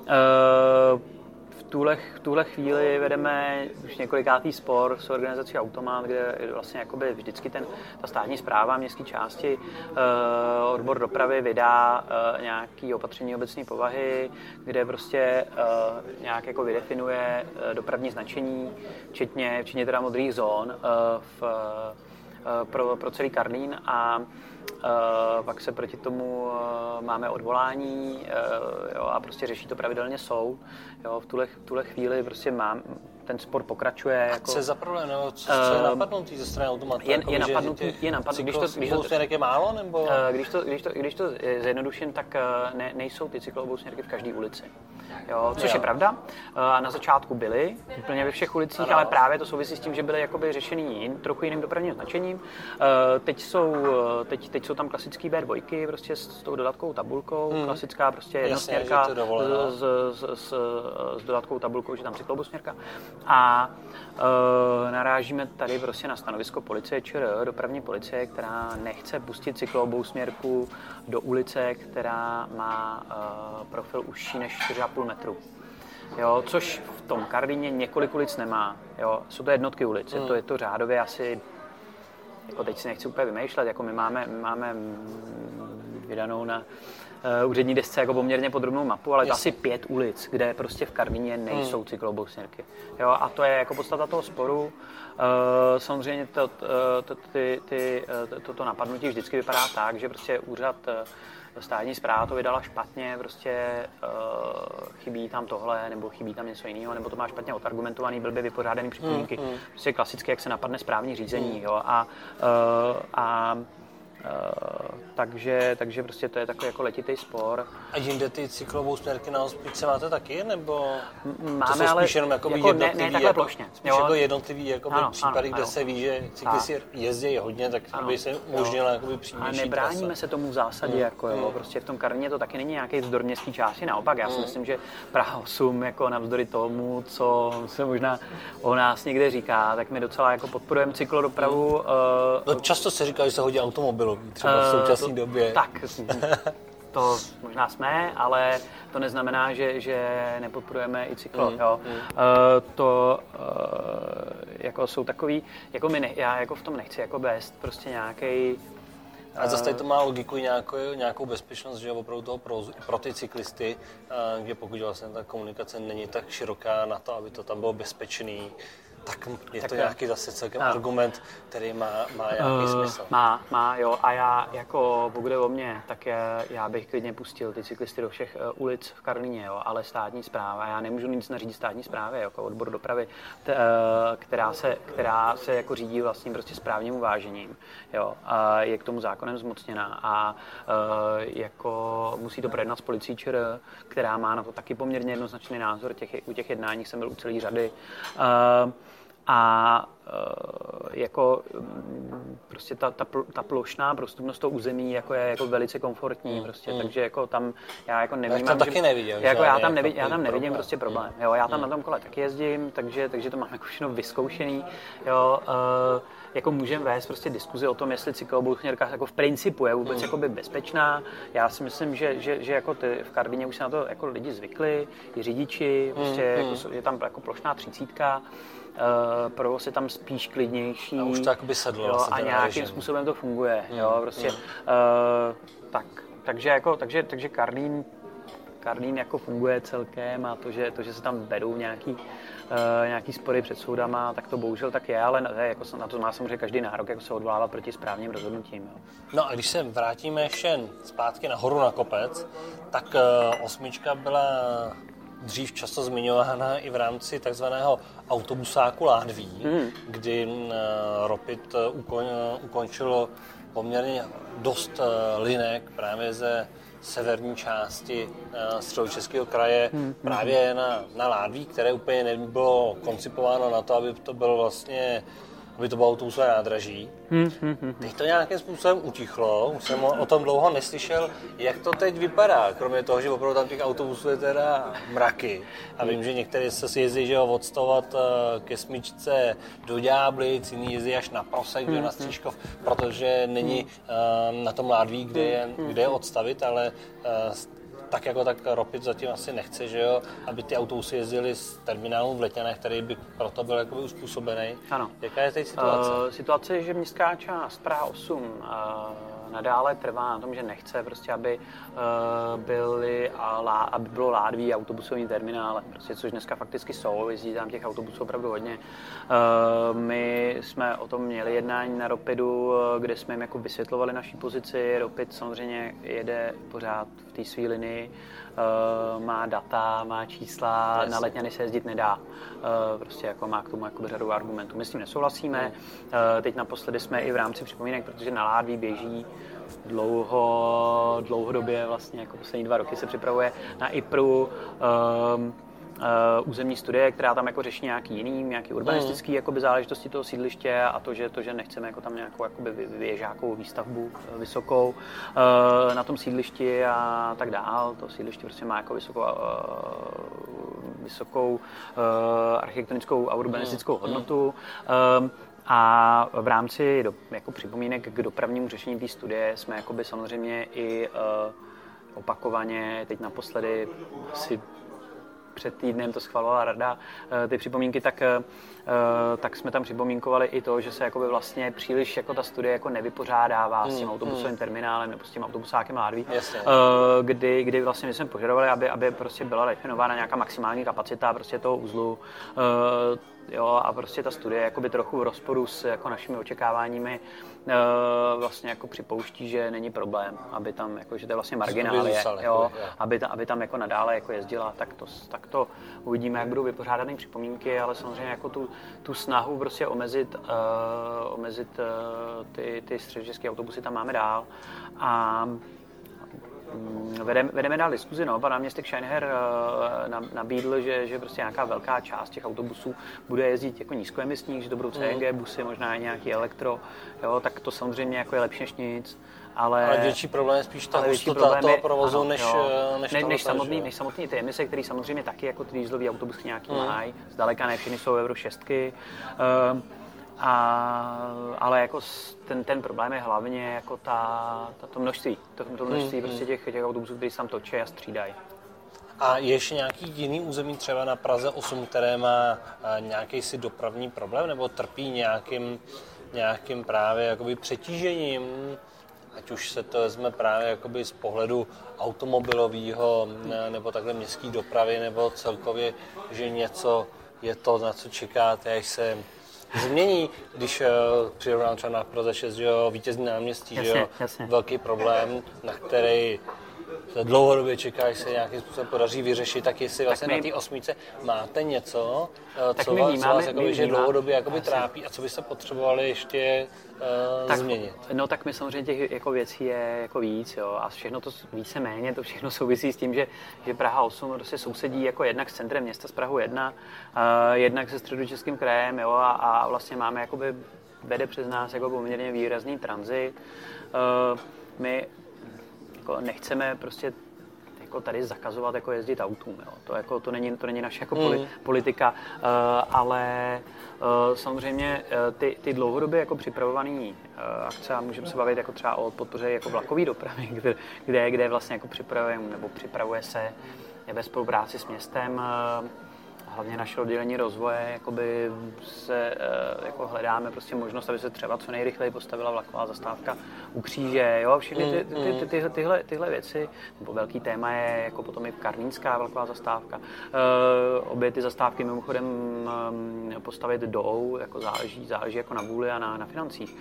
Speaker 2: V tuhle chvíli vedeme už několikátý spor s organizací Automat, kde vlastně jakoby vždycky ta státní správa městské části, odbor dopravy vydá nějaké opatření obecné povahy, kde prostě nějak jako vydefinuje dopravní značení, včetně teda modrých zón pro celý Karlín a pak se proti tomu máme odvolání, jo, a prostě řeší to pravidelně soud. Jo, v tuhle chvíli prostě ten spor pokračuje.
Speaker 1: A
Speaker 2: jako,
Speaker 1: co je za problém, nebo co je napadnutý ze strany automatu?
Speaker 2: Je napadnutý,
Speaker 1: cykloboussměrek je málo, nebo?
Speaker 2: Když to zjednoduším, tak nejsou ty cykloboussměrky v každé ulici. Jo, což je pravda. Na začátku byly úplně ve všech ulicích, ale právě to souvisí s tím, že byly jakoby řešený trochu jiným dopravním značením. Teď jsou tam klasický B2, prostě s tou dodatkovou tabulkou, klasická prostě jednosměrka s dodatkovou tabulkou, že tam cykloboussměrka. A narážíme tady prostě na stanovisko policie ČR, dopravní policie, která nechce pustit cykloboussměrku do ulice, která má profil užší než 4,5 metru. Jo, což v tom Karlíně několik ulic nemá. Jo, jsou to jednotky ulic, je to řádově asi, jako teď si nechci úplně vymýšlet, jako my máme vydanou na úřední desce jako poměrně podrobnou mapu, ale to asi 5 ulic, kde prostě v Karlíně nejsou cykloboussměrky. Jo, a to je jako podstata toho sporu. Samozřejmě toto napadnutí vždycky vypadá tak, že prostě úřad státní správa to vydala špatně, prostě chybí tam tohle, nebo chybí tam něco jiného, nebo to má špatně odargumentovaný, blbě vypořádaný připomínky. Prostě klasicky, jak se napadne správní řízení. Jo, takže prostě to je takový jako letitý spor.
Speaker 1: A jinde ty cykloboussměrky na hospice máte taky, nebo
Speaker 2: máme,
Speaker 1: to jsou spíš jenom jako
Speaker 2: jednotlivý, takhle plošně.
Speaker 1: Spíš jako jednotlivý případy, kde se ví, že cyklisti jezdí hodně, tak aby se umožnila přímější.
Speaker 2: A nebráníme se tomu v zásadě, prostě v tom Karlíně to taky není nějaký vzdor městský části, naopak já si myslím, že Praha 8 jako navzdory tomu, co se možná o nás někde říká, tak my docela jako podporujeme cyklodopravu.
Speaker 1: Často se říká, že se hodí automobilový, třeba v současné době.
Speaker 2: Tak, to možná jsme, ale to neznamená, že nepodporujeme i cyklo. Jo. Jako jsou takový, jako já jako v tom nechci jako vést prostě nějaký.
Speaker 1: A zase tady to má logiku i nějakou bezpečnost, že opravdu toho pro ty cyklisty, kde pokud vlastně ta komunikace není tak široká na to, aby to tam bylo bezpečný, tak je to nějaký zase celkem argument, který má nějaký smysl.
Speaker 2: Má, jo. A já, jako pokud je o mě, tak já bych klidně pustil ty cyklisty do všech ulic v Karlíně, jo, ale státní správa, já nemůžu nic nařídit státní správě, jako odbor dopravy, která se jako řídí vlastně prostě správním uvážením, jo, a je k tomu zákonem zmocněna a jako musí to projednat s policií ČR, která má na to taky poměrně jednoznačný názor, u těch jednání jsem byl u celé řady. Jako prostě ta plošná prostupnost toho území jako je jako velice komfortní, prostě, takže jako tam já jako nevnímám,
Speaker 1: tam taky neviděl,
Speaker 2: jako já tam nevidím prostě problém. Jo, já tam na tom kole taky jezdím, takže to mám jako všechno vyzkoušený. Jo, jako můžeme vést prostě diskuzi o tom, jestli cykloboussměrka jako v principu je vůbec jakoby bezpečná. Já si myslím, že jako v Karlíně už se na to jako lidi zvykli, i řidiči, prostě jako, je tam jako plošná 30. Provoz je tam spíš klidnější.
Speaker 1: A už to jakoby sedlo.
Speaker 2: Jo, a nějakým způsobem to funguje. Jo, prostě, takže Karlín jako funguje celkem a to, že se tam vedou nějaký spory před soudama, tak to bohužel tak je, ale jako na to má samozřejmě každý nárok jako se odvolávat proti správním rozhodnutím. Jo.
Speaker 1: No a když se vrátíme ještě zpátky nahoru na kopec, tak 8 byla dřív často zmiňována i v rámci takzvaného autobusáku Ládví, kdy Ropit ukončilo poměrně dost linek právě ze severní části Středočeského kraje právě na Ládví, které úplně nebylo koncipováno na to, aby to bylo vlastně aby to bylo autobusové nádraží. Teď to nějakým způsobem utichlo, už jsem o tom dlouho neslyšel, jak to teď vypadá, kromě toho, že opravdu tam těch autobusů je teda mraky. A vím, že některé se jezdí, že odstavovat ke Smyčce do Ďáblic, jiný jezdí až na Prosek, na Stříškov, protože není na tom Ládví, kde je odstavit, ale tak jako tak Ropit zatím asi nechce, že jo, aby ty autobusy jezdily z terminálu v Letňanech, který by proto byl jakoby uspůsobený.
Speaker 2: Ano.
Speaker 1: Jaká je teď situace?
Speaker 2: Situace je, že městská část Praha 8 nadále trvá na tom, že nechce prostě, aby bylo Ládví autobusovým terminálem, prostě, což dneska fakticky jsou, jezdí tam těch autobusů opravdu hodně. My jsme o tom měli jednání na Ropidu, kde jsme jim jako vysvětlovali naší pozici. Ropid samozřejmě jede pořád v té své linii, má data, má čísla,
Speaker 3: Jasně.
Speaker 2: na Letňany se jezdit nedá. Prostě jako má k tomu jako řadu argumentů. My s tím nesouhlasíme. Teď naposledy jsme i v rámci připomínek, protože na Ládví běží dlouhodobě, vlastně jako poslední 2 roky se připravuje na IPRu územní studie, která tam jako řeší nějaký urbanistický jakoby záležitosti toho sídliště a to, že nechceme jako tam nějakou jakoby věžákovou výstavbu vysokou na tom sídlišti a tak dál. To sídliště prostě má jako vysokou architektonickou a urbanistickou hodnotu. A v rámci jako připomínek k dopravnímu řešení té studie jsme jakoby samozřejmě i opakovaně, teď naposledy asi před týdnem to schvalovala rada, ty připomínky, tak jsme tam připomínkovali i to, že se jakoby vlastně příliš jako ta studie jako nevypořádává s tím autobusovým terminálem nebo s tím autobusákem Ládví, kdy vlastně my jsme požadovali, aby prostě byla definována nějaká maximální kapacita prostě toho uzlu, jo, a prostě ta studie jakoby trochu v rozporu s jako našimi očekáváními vlastně jako připouští, že není problém, aby tam jako, že to je vlastně marginálie, jo, aby tam jako nadále jako jezdila, tak to uvidíme, jak budou vypořádané připomínky, ale samozřejmě jako tu snahu prostě omezit ty středočeské autobusy tam máme dál a vedeme dál diskuzi, no. Pan náměstek Scheinher nabídl, že prostě nějaká velká část těch autobusů bude jezdit jako nízkoemisních, že to budou CNG busy, možná i nějaký elektro, jo, tak to samozřejmě jako je lepší než nic. Ale
Speaker 3: větší problém je spíš ta hustota toho provozu, než
Speaker 2: samotný ty emise, které samozřejmě taky jako ty dieselové autobusy nějaký mají. Zdaleka ne všechny jsou Euro 6. Ale jako ten problém je hlavně jako to množství. To množství prostě těch autobusů, které se tam točí a střídají.
Speaker 3: A je ještě nějaký jiný území třeba na Praze 8, které má nějaký si dopravní problém nebo trpí nějakým právě jakoby přetížením? Ať už se to vezme právě jakoby z pohledu automobilového nebo takhle městské dopravy, nebo celkově, že něco je to, na co čekáte, až se změní, když přirovnám třeba na Praze 6, že jo, Vítězný náměstí,
Speaker 2: jasně,
Speaker 3: že jo,
Speaker 2: jasně.
Speaker 3: Velký problém, na který se dlouhodobě čeká, až se nějakým způsobem podaří vyřešit, tak jestli vlastně na té 8 máte něco, co vás jakoby, že dlouhodobě jakoby trápí a co byste potřebovali ještě změnit.
Speaker 2: No tak my samozřejmě těch jako věcí je jako víc, jo, a všechno to víceméně, to všechno souvisí s tím, že Praha 8 prostě sousedí jako jednak s centrem města, s Prahou 1, jednak se Středočeským krajem, jo, a vlastně máme jakoby, vede přes nás jako poměrně výrazný tranzit. My jako nechceme prostě jako tady zakazovat jako jezdit autům, jo. To není naše jako politika, ale samozřejmě ty dlouhodobě jako připravované akce, a můžeme se bavit jako třeba o podpoře jako vlakové dopravy, kde vlastně jako připravuje se ve spolupráci s městem. Hlavně naše oddělení rozvoje, jakoby se jako hledáme prostě možnost, aby se třeba co nejrychleji postavila vlaková zastávka u Kříže, jo, všechny tyhle věci, nebo velký téma je jako potom i karlínská vlaková zastávka. Obě ty zastávky mimochodem postavit jdou, jako záleží jako na vůli a na financích.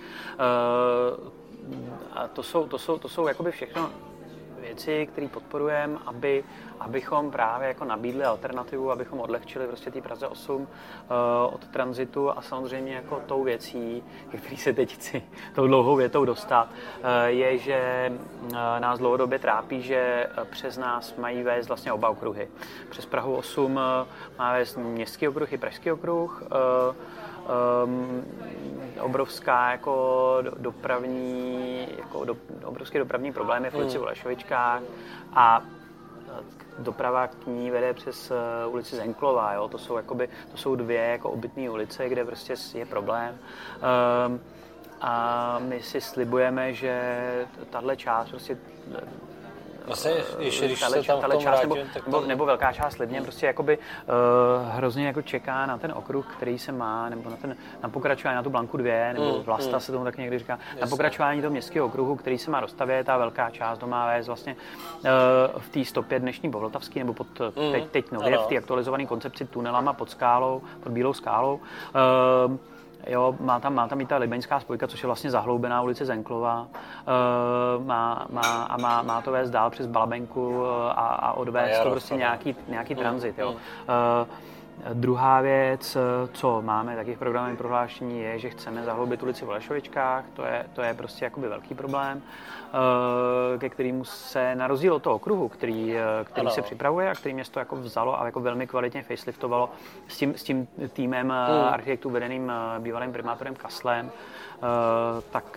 Speaker 2: A to jsou jakoby všechno věci, které podporujeme, abychom právě jako nabídli alternativu, abychom odlehčili prostě té Praze 8 od tranzitu a samozřejmě jako tou věcí, který se teď chci tou dlouhou větou dostat, je, že nás dlouhodobě trápí, že přes nás mají vést vlastně oba okruhy. Přes Prahu 8 má vést městský okruh i pražský okruh, obrovská jako obrovské dopravní problémy v ulici Ulešovičkách a doprava k ní vede přes ulici Zenklová, jo? To jsou 2 jako obytné ulice, kde prostě je problém. A my si slibujeme, že tahle část prostě nebo velká část Livně prostě jakoby hrozně jako čeká na ten okruh, který se má, nebo na pokračování na tu Blanku 2, nebo Vlasta se tomu tak někdy říká, na pokračování toho městského okruhu, který se má dostavět, ta velká část to má vést vlastně v té stopě dnešní Povltavský, nebo teď nově v té aktualizované koncepci tunelama pod Bílou skálou. Jo, má tam i ta libeňská spojka, což je vlastně zahloubená ulice Zenklova. Má to vést dál přes Balabenku a odvést to prostě nějaký tranzit. Jo. Druhá věc, co máme taky v programovém prohlášení, je, že chceme zahloubit ulici v Holešovičkách. To je prostě jakoby velký problém, ke kterému se na rozdíl od toho okruhu, který se připravuje a který město jako vzalo a jako velmi kvalitně faceliftovalo s tím týmem architektů vedeným bývalým primátorem Kaslem, tak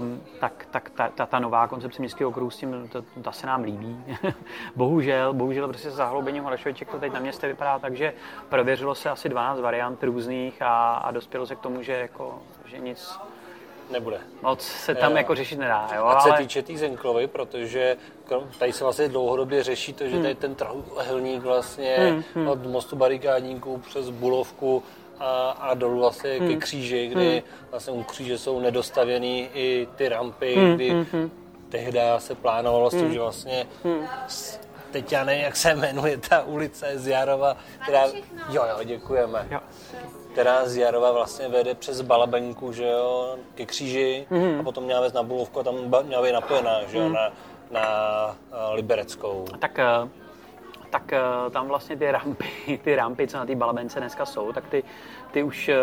Speaker 2: ta nová koncepce městského okruhu s tím, ta se nám líbí. bohužel prostě zahloubením Holešoviček to teď na městě vypadá tak, že prověřilo se asi 12 variant různých a dospělo se k tomu, že nic
Speaker 1: nebude.
Speaker 2: Moc se tam jako řešit nedá. Jo?
Speaker 1: A co se týče té Zenklovy, protože tady se vlastně dlouhodobě řeší to, že tady ten trojúhelník vlastně od mostu Barikádníků přes Bulovku a dolů vlastně ke kříži, kdy vlastně u kříže jsou nedostavěný i ty rampy, kdy tehdy se plánovalo s tím, že vlastně teď já nevím, jak se jmenuje ta ulice z Jarova, která, děkujeme. Jo. Která z Jarova vlastně vede přes Balabenku, že jo, ke kříži a potom měla vést na Bulovku a tam měla být napojená, že jo, na Libereckou.
Speaker 2: Tak tam vlastně ty rampy, co na té Balabence dneska jsou, tak ty už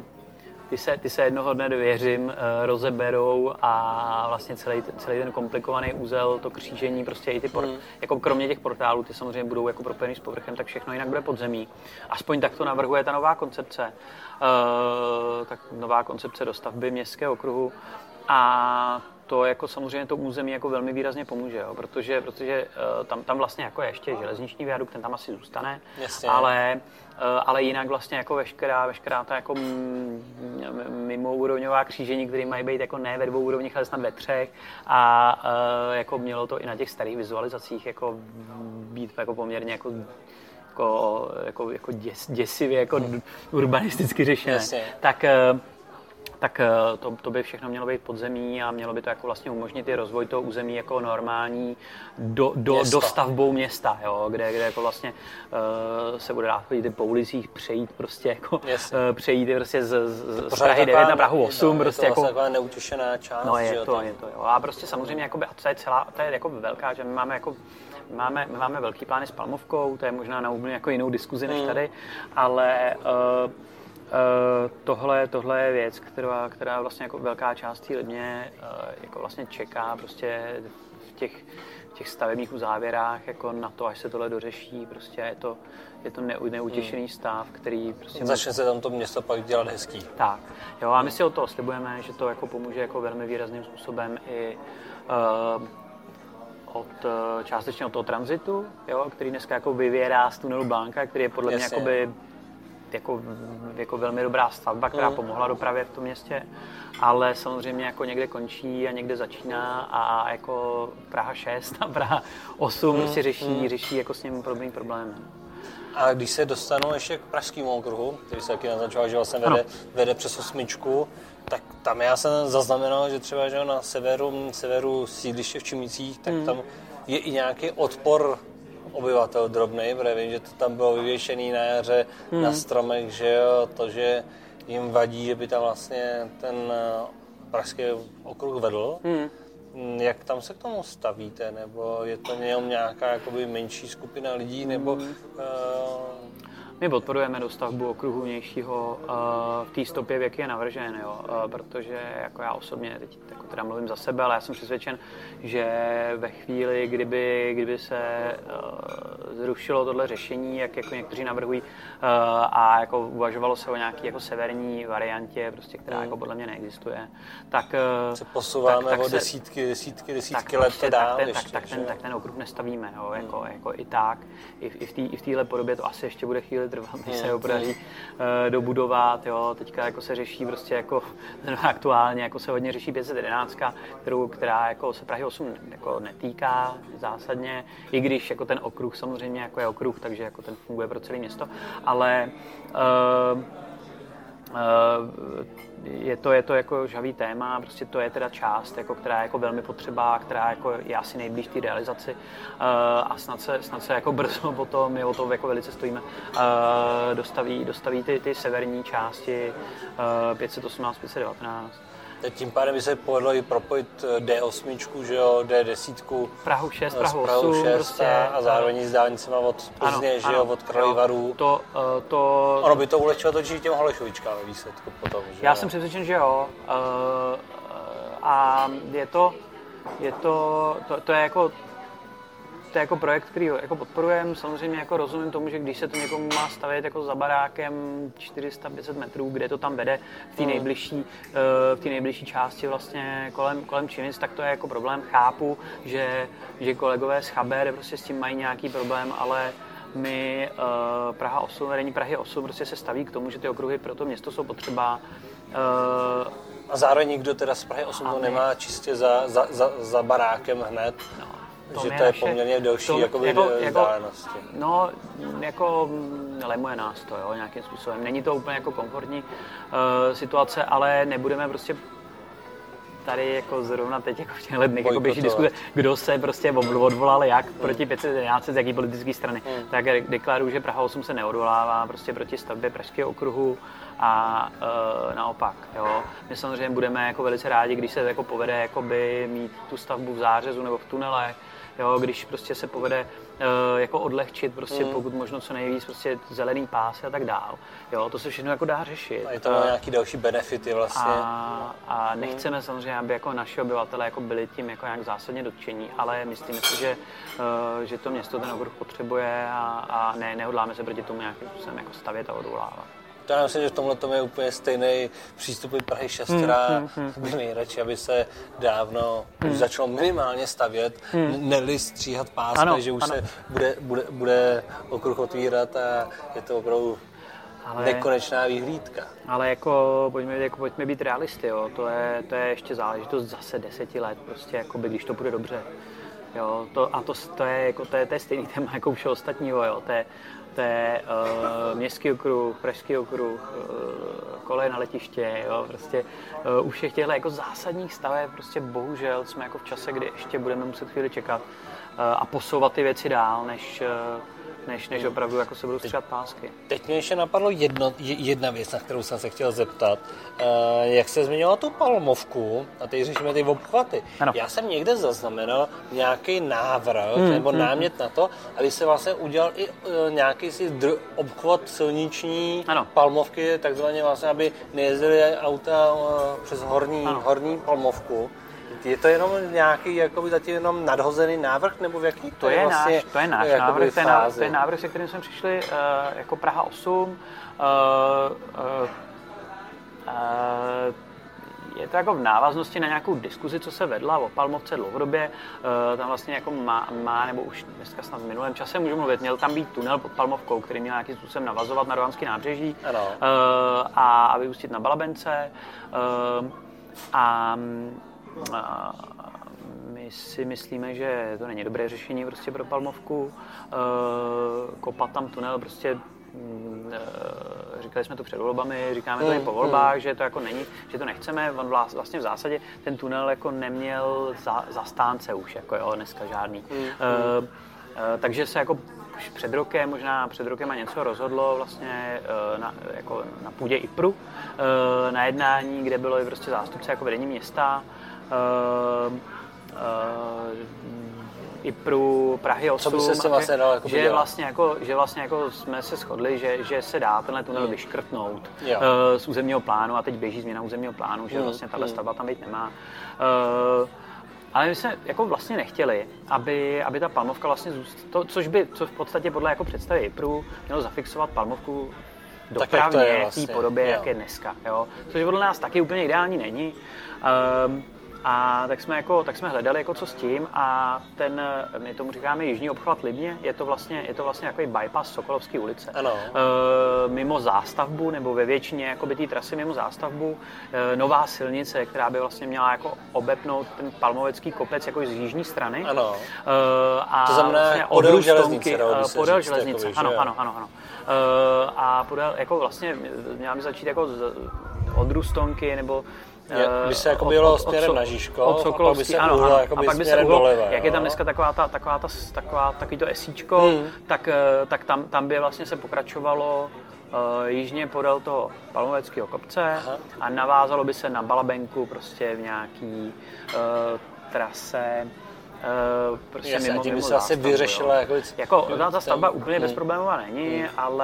Speaker 2: ty se jednoho dne, věřím, rozeberou a vlastně celý ten komplikovaný úzel, to křížení, prostě i ty jako kromě těch portálů, ty samozřejmě budou jako propojený s povrchem, tak všechno jinak bude pod zemí. Aspoň tak to navrhuje ta nová koncepce. Tak nová koncepce dostavby městského okruhu a to jako samozřejmě to území jako velmi výrazně pomůže, jo, protože tam vlastně jako je ještě železniční viadukt, ten tam asi zůstane, ale jinak vlastně jako veškerá ta jako mimoúrovňová křížení, které mají být jako ne ve 2 úrovních, ale snad ve 3 a jako mělo to i na těch starých vizualizacích jako být jako poměrně jako děsivě jako urbanisticky řešené. Tak to by všechno mělo být podzemí a mělo by to jako vlastně umožnit i rozvoj toho území jako normální dostavbou města, jo, kde jako vlastně se bude dát chodit po ulicích, přejít prostě jako přejít prostě z Prahy 9 na Prahu 8, prostě jako
Speaker 1: taková neutěšená část.
Speaker 2: No je to jo. A prostě samozřejmě jako to je jako velká, že my máme velký plány s Palmovkou, to je možná na úplně jako jinou diskuzi než tady, ale tohle je věc, která vlastně jako velká část Libně jako vlastně čeká prostě v těch stavebních uzávěrách jako na to, až se tohle dořeší, prostě je to neutěšený stav, který prostě
Speaker 1: začne se tam to město pak dělat hezký.
Speaker 2: Tak, jo, a my si od toho slibujeme, že to jako pomůže jako velmi výrazným způsobem i částečně od toho tranzitu, jo, který dneska jako vyvěrá z tunelu Blanka, který je podle mě jako velmi dobrá stavba, která pomohla dopravě v tom městě, ale samozřejmě jako někde končí a někde začíná a jako Praha 6 a Praha 8 prostě řeší jako s ním podobný problém.
Speaker 1: A když se dostanu ještě k pražskému okruhu, který se taky naznačoval, že vlastně vede přes 8, tak tam já jsem zaznamenal, že třeba že na severu sídliště v Čimicích, tak tam je i nějaký odpor obyvatel drobnej, protože vím, že to tam bylo vyvěšený na jaře na stromech, že jo, to, že jim vadí, že by tam vlastně ten pražský okruh vedl. Jak tam se k tomu stavíte? Nebo je to jenom nějaká jakoby menší skupina lidí? Nebo,
Speaker 2: My podporujeme dostavbu okruhu vnějšího v té stopě, v jaký je navržen, jo? Protože jako já osobně, teď jako teda mluvím za sebe, ale já jsem přesvědčen, že ve chvíli, kdyby se zrušilo tohle řešení, jak jako někteří navrhují, a jako uvažovalo se o nějaký jako severní variantě, prostě, která jako podle mě neexistuje, tak
Speaker 1: se posouváme o desítky let dál.
Speaker 2: Tak ten okruh nestavíme, jo? Jako i tak, i v téhle podobě to asi ještě bude chvíli trvat, než se ho podaří dobudovat, jo. Teďka jako se řeší prostě jako aktuálně jako se hodně řeší 511, která jako se Prahy 8 jako netýká zásadně, i když jako ten okruh samozřejmě jako je okruh, takže jako ten funguje pro celé město, ale Je to jako žhavý téma, prostě to je teda část, jako, která je jako velmi potřeba, která jako je asi nejblíž té realizaci a snad se jako brzo potom, my o to jako velice stojíme, dostaví ty severní části 518, 519.
Speaker 3: Tím pádem by se povedlo i propojit D8, že jo, D10,
Speaker 2: Prahu 6, Prahu 8
Speaker 3: 6
Speaker 2: prostě,
Speaker 3: a zároveň s dálnicema od Plzně, že jo, od Karlových Varů. Ono by to ulehčilo točit těm Holešovičkám ve výsledku potom, že
Speaker 2: já jsem přesvědčen, že jo. A to je jako projekt, který jako podporujeme. Samozřejmě jako rozumím tomu, že když se to někomu má stavět jako za barákem 400-500 metrů, kde to tam vede v té nejbližší části vlastně kolem Činic, tak to je jako problém. Chápu, že kolegové z Chaber prostě s tím mají nějaký problém, ale my Praha 8, vedení Prahy 8 prostě se staví k tomu, že ty okruhy pro to město jsou potřeba.
Speaker 3: A zároveň nikdo teda z Prahy 8 to nemá čistě za barákem hned.
Speaker 2: No.
Speaker 3: Že to je poměrně delší vzdálenosti.
Speaker 2: No, jako lemuje nás to, jo, nějakým způsobem. Není to úplně jako komfortní situace, ale nebudeme prostě tady jako zrovna teď jako v těchto dnech jako běží diskuze, kdo se prostě odvolal jak proti 511 z jaký politické strany. Tak deklaruju, že Praha 8 se neodvolává prostě proti stavbě Pražského okruhu a naopak. Jo. My samozřejmě budeme jako velice rádi, když se jako povede jakoby mít tu stavbu v zářezu nebo v tunelech, jo, když prostě se povede jako odlehčit prostě pokud možno co nejvíc prostě zelený pásy a tak dál. Jo, to se všechno jako dá řešit.
Speaker 3: A je to nějaký další benefity vlastně.
Speaker 2: A nechceme samozřejmě, aby jako naši obyvatelé jako byli tím jako nějak zásadně dotčení, ale myslíme si, že to město ten okruh potřebuje a nehodláme se proti tomu nějakým způsobem jako stavět a odvolávat.
Speaker 3: Já myslím, že v tomhle je úplně stejný přístup i Prahy 6, která by nejradši, aby se dávno už začalo minimálně stavět, ne-li stříhat páska, že už se bude okruh otvírat a je to opravdu nekonečná výhlídka.
Speaker 2: Ale jako pojďme být realisty, jo. To je ještě záležitost zase 10 let, prostě, jakoby, když to bude dobře. Jo, to je stejný téma jako všeho ostatního, jo. To je městský okruh, pražský okruh, koleje na letiště, jo, prostě u všech těchto jako zásadních staveb prostě bohužel jsme jako v čase, kdy ještě budeme muset chvíli čekat a posouvat ty věci dál, než opravdu jako se budou stříhat pásky.
Speaker 3: Teď mě ještě napadlo jedna věc, na kterou jsem se chtěl zeptat. Jak se zmiňovala tu Palmovku, a teď řešíme ty obchvaty.
Speaker 2: Ano.
Speaker 3: Já jsem někde zaznamenal nějaký návrh nebo námět na to, aby se vlastně udělal i nějaký obchvat silniční Palmovky, takzvaně vlastně, aby nejezdily auta přes horní Palmovku. Je to jenom nějaký jakoby zatím jenom nadhozený návrh, nebo v jaký
Speaker 2: to je vlastně to je náš návrh, to je návrh, se kterým jsme přišli jako Praha 8. Je to jako v návaznosti na nějakou diskuzi, co se vedla o Palmovce dlouhodobě. Tam vlastně jako má, nebo už dneska snad v minulém čase můžu mluvit, měl tam být tunel pod Palmovkou, který měl nějakým způsobem navazovat na Rohanské nábřeží a vyústit na Balabence. My si myslíme, že to není dobré řešení prostě pro Palmovku. Kopat tam tunel prostě, říkali jsme to před volbami, říkáme to i po volbách, že to jako není, že to nechceme. On vlastně v zásadě ten tunel jako neměl zastánce už, jako jo, dneska žádný. Takže se jako možná před rokem a něco rozhodlo vlastně na půdě IPRu, na jednání, kde bylo i prostě zástupce jako vedení města, IPRu, Prahy 8,
Speaker 3: co by se vlastně dalo jako
Speaker 2: že vlastně jako jsme se shodli, že se dá tenhle tunel vyškrtnout z územního plánu a teď běží změna územního plánu, že vlastně tahle stavba tam být nemá. Ale my jsme jako vlastně nechtěli, aby ta Palmovka vlastně co v podstatě podle jako představy IPRu mělo zafixovat Palmovku dopravně v té podobě, jak je dneska. Jo? Což podle nás taky úplně ideální není. A tak jsme hledali, jako co s tím, a my tomu říkáme Jižní obchvat Libně, je to vlastně takový bypass Sokolovské ulice.
Speaker 3: Ano.
Speaker 2: Mimo zástavbu, nebo ve většině jakoby té trasy mimo zástavbu, nová silnice, která by vlastně měla jako obepnout ten Palmovecký kopec jako z jižní strany.
Speaker 3: Ano.
Speaker 2: A
Speaker 3: to znamená
Speaker 2: vlastně
Speaker 3: podél železnice,
Speaker 2: podél železnice, ano. A podél, jako vlastně měla by začít jako od Rustonky, nebo
Speaker 3: by se jako bylo směrem na Žižkov,
Speaker 2: a pak by se
Speaker 3: uhlo směrem doleva.
Speaker 2: Jak je tam dneska takový to esíčko, tak tam by vlastně se pokračovalo jižně podél toho Palmoveckého kopce a navázalo by se na Balabenku prostě v nějaký trase. Prostě mimo
Speaker 3: se asi vyřešila
Speaker 2: jako ta stavba úplně bezproblémová není,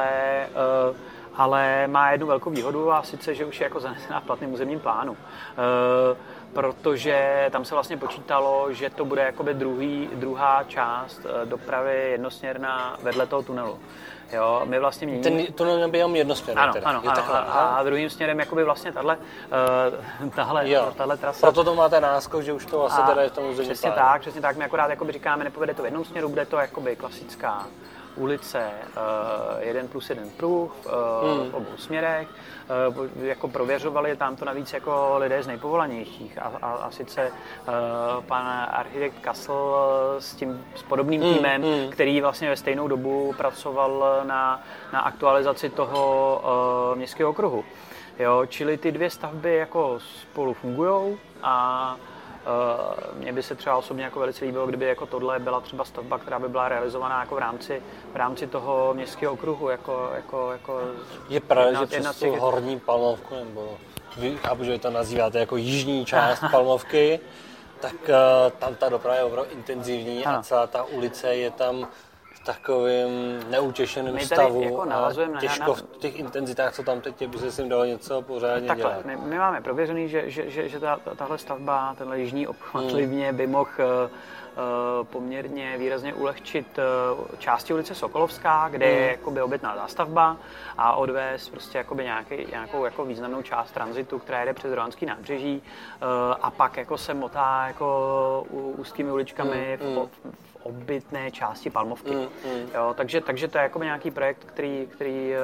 Speaker 2: ale má jednu velkou výhodu, a sice, že už je jako zanesená v platném územním plánu. Protože tam se vlastně počítalo, že to bude jakoby druhá část dopravy jednosměrná vedle toho tunelu. Jo, my vlastně měníme...
Speaker 3: Ten tunel nebyl jenom jednosměrný.
Speaker 2: Ano. A druhým směrem jakoby vlastně tahle trasa.
Speaker 3: Proto to máte náskok, že už to vlastně teda je v tom územním plánu.
Speaker 2: Přesně tak. My akorát jakoby říkáme, nepovede to v jednom směru, bude to jakoby klasická ulice, 1+1 pruh v obou směrech. Jako prověřovali tam to navíc jako lidé z nejpovolanějších, a sice pan architekt Kassel s podobným týmem, který vlastně ve stejnou dobu pracoval na aktualizaci toho městského okruhu. Jo, čili ty dvě stavby jako spolu fungujou, a mně by se třeba osobně jako velice líbilo, kdyby jako tohle byla třeba stavba, která by byla realizovaná jako v rámci toho městského okruhu.
Speaker 3: Je právě, že přes tu horní Palmovku, nebo vy chápu, že vy to nazýváte jako jižní část Palmovky, tak tam ta doprava je opravdu intenzivní a celá ta ulice je tam v takovém neutěšeném stavu.
Speaker 2: Jako
Speaker 3: těžko v těch intenzitách, co tam teď je, by se s tím dalo něco pořádně dělat.
Speaker 2: My máme prověřený, že tahle stavba, tenhle jižní obchvat Livně by mohl poměrně výrazně ulehčit části ulice Sokolovská, kde je jakoby obytná zástavba, a odvést prostě jakoby nějakou jako významnou část tranzitu, která jede přes Rohanský nábřeží, a pak jako se motá jako úzkými uličkami v obytné části Palmovky. Jo, takže to je jakoby nějaký projekt, který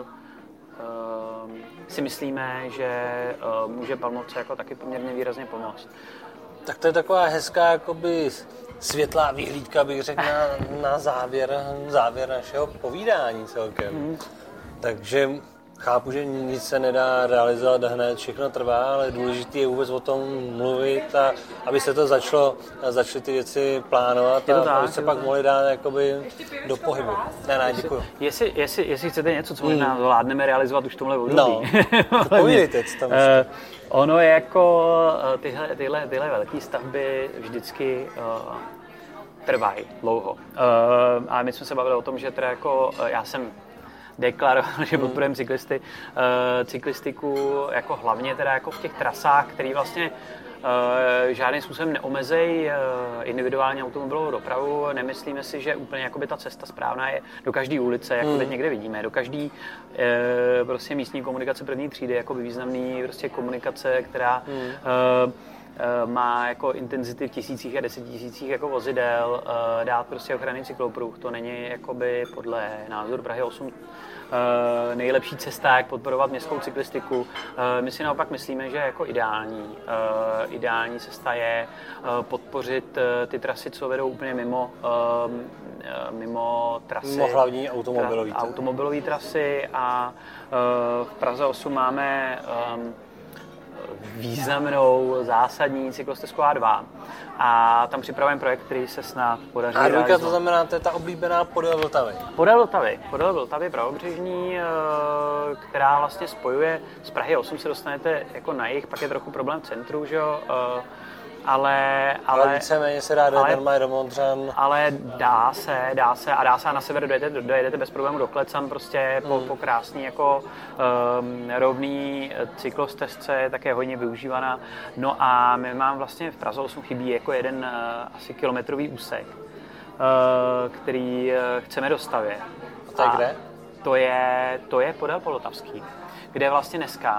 Speaker 2: si myslíme, že může Palmovce jako taky poměrně výrazně pomoct.
Speaker 3: Tak to je taková hezká jakoby světlá vyhlídka, bych řekl, na závěr našeho povídání celkem. Takže chápu, že nic se nedá realizovat hned, všechno trvá, ale důležité je vůbec o tom mluvit, a aby se to začaly ty věci plánovat, aby se pak mohli dát jakoby do pohybu. Ne, děkuju.
Speaker 2: Jestli chcete něco, co možná zvládneme realizovat už v tomhle období.
Speaker 3: No, povídejte, co tam ještě.
Speaker 2: Ono je jako tyhle velké stavby vždycky trvají dlouho. A my jsme se bavili o tom, že teda jako já jsem deklaroval, že podporujeme cyklistiku jako hlavně teda jako v těch trasách, které vlastně žádným způsobem neomezejí individuální automobilovou dopravu. Nemyslíme si, že úplně jakoby ta cesta správná je do každé ulice, jako teď někde vidíme, do každé prostě místní komunikace první třídy, jako významný prostě komunikace, která má jako intenzity v tisících a desetitisících jako vozidel, dát prostě ochranný cyklopruh. To není jakoby podle názoru Prahy 8 nejlepší cesta, jak podporovat městskou cyklistiku. My si naopak myslíme, že jako ideální cesta je podpořit ty trasy, co vedou úplně mimo trasy.
Speaker 3: Mimo hlavní
Speaker 2: automobilové trasy, a v Praze 8 máme významnou, zásadní cyklostezku A2. A tam připravujeme projekt, který se snad podaří realizovat.
Speaker 3: A to znamená, to je ta oblíbená podél Vltavy.
Speaker 2: Podél Vltavy pravobřežní, která vlastně spojuje z Prahy 8 se dostanete jako na jih, pak je trochu problém v centru, že jo? Ale
Speaker 3: víceméně se dá dojet normálně do Modřan.
Speaker 2: Ale dá se a na sever dojedete bez problému do Klecan, prostě po krásný jako rovný cyklostezce, také hodně využívaná. No a my mám vlastně v Praze 8 chybí jako jeden asi kilometrový úsek, který chceme dostavět.
Speaker 3: A to je kde?
Speaker 2: To je podél Polotavský, kde vlastně dneska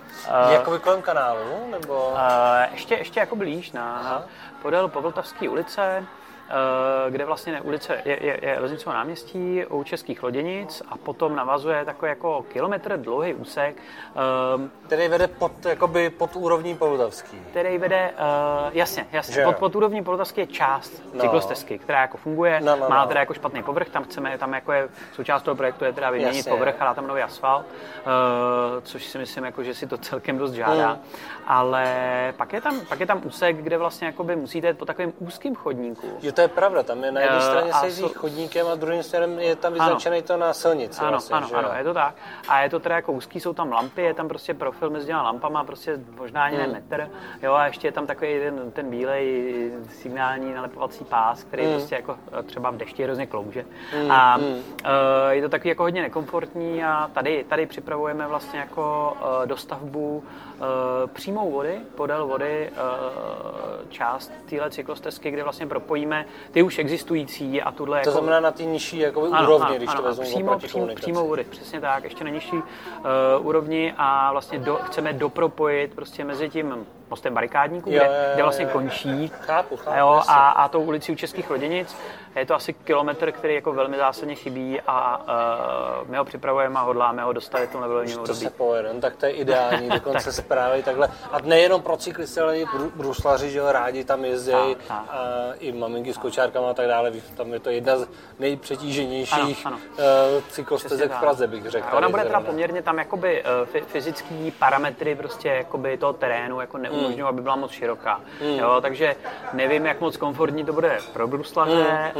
Speaker 3: Jakoby kolem kanálu, nebo?
Speaker 2: Ještě jako blíž podél Povltavské ulice, kde vlastně ulice je Loznicové náměstí u Českých Loděnic a potom navazuje takový jako kilometr dlouhý úsek.
Speaker 3: Který vede pod úrovní Povltavský.
Speaker 2: Který vede, jasně, pod úrovní Povltavský je část cyklostezky, která jako funguje, má teda jako špatný povrch, tam jako je součást toho projektu je teda vyměnit povrch a dát tam nový asfalt, což si myslím, jako, že si to celkem dost žádá. Ale pak je tam úsek, kde vlastně jakoby musíte jít po takovém úzkém chodníku.
Speaker 3: To je pravda, tam je na jedné straně se jezdí chodníkem a druhým směrem je tam vyznačený to na silnici.
Speaker 2: Ano, je to tak. A je to teda jako úzký, jsou tam lampy, je tam prostě profil mezi těma lampama, prostě možná ani ne metr. Jo, a ještě je tam takový ten bílej signální nalepovací pás, který prostě jako třeba v dešti hrozně klouže. A je to takový jako hodně nekomfortní a tady připravujeme vlastně jako dostavbu přímou vody, podél vody, část téhle cyklostezky, kde vlastně propojíme ty už existující a tuhle
Speaker 3: to znamená na té nižší úrovni, když to vezmu oproti komunikaci.
Speaker 2: Přímou vody, přesně tak, ještě na nižší úrovni a vlastně chceme dopropojit prostě mezi tím mostem Barikádníků, kde vlastně končí.
Speaker 3: Chápu,
Speaker 2: a tou ulicí u Českých Loděnic. Je to asi kilometr, který jako velmi zásadně chybí a my ho připravujeme a hodláme ho dostavit v levelním období.
Speaker 3: To se povede, tak to je ideální, dokonce zprávy takhle. A nejenom pro cyklisty, ale i bruslaři, že rádi tam jezdí a i maminky s kočárkama a tak dále. Tam je to jedna z nejpřetíženějších cyklostezek v Praze, bych řekl.
Speaker 2: Ona bude teda poměrně tam jakoby fyzický parametry prostě jakoby toho terénu jako neumožňují, aby byla moc široká. Jo, takže nevím, jak moc komfortní to bude pro bruslaře,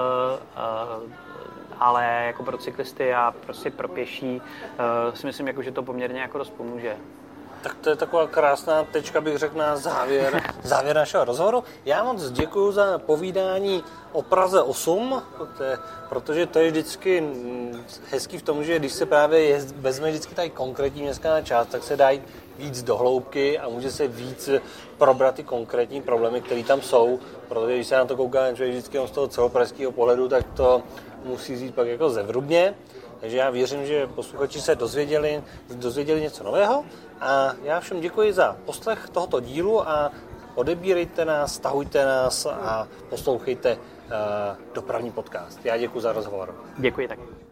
Speaker 2: ale jako pro cyklisty a prostě pro pěší si myslím, jako, že to poměrně jako dost pomůže.
Speaker 3: Tak to je taková krásná tečka, bych řekl, na závěr našeho rozhovoru. Já moc děkuju za povídání o Praze 8, protože to je vždycky hezký v tom, že když se právě vezme vždycky tady konkrétní městská část, tak se dá jít víc do hloubky a může se víc probrat ty konkrétní problémy, které tam jsou, protože když se na to kouká člověk vždycky z toho celopražského pohledu, tak to musí říct pak jako zevrubně. Takže já věřím, že posluchači se dozvěděli něco nového a já všem děkuji za poslech tohoto dílu a odebírejte nás, stahujte nás a poslouchejte dopravní podcast. Já děkuji za rozhovor.
Speaker 2: Děkuji taky.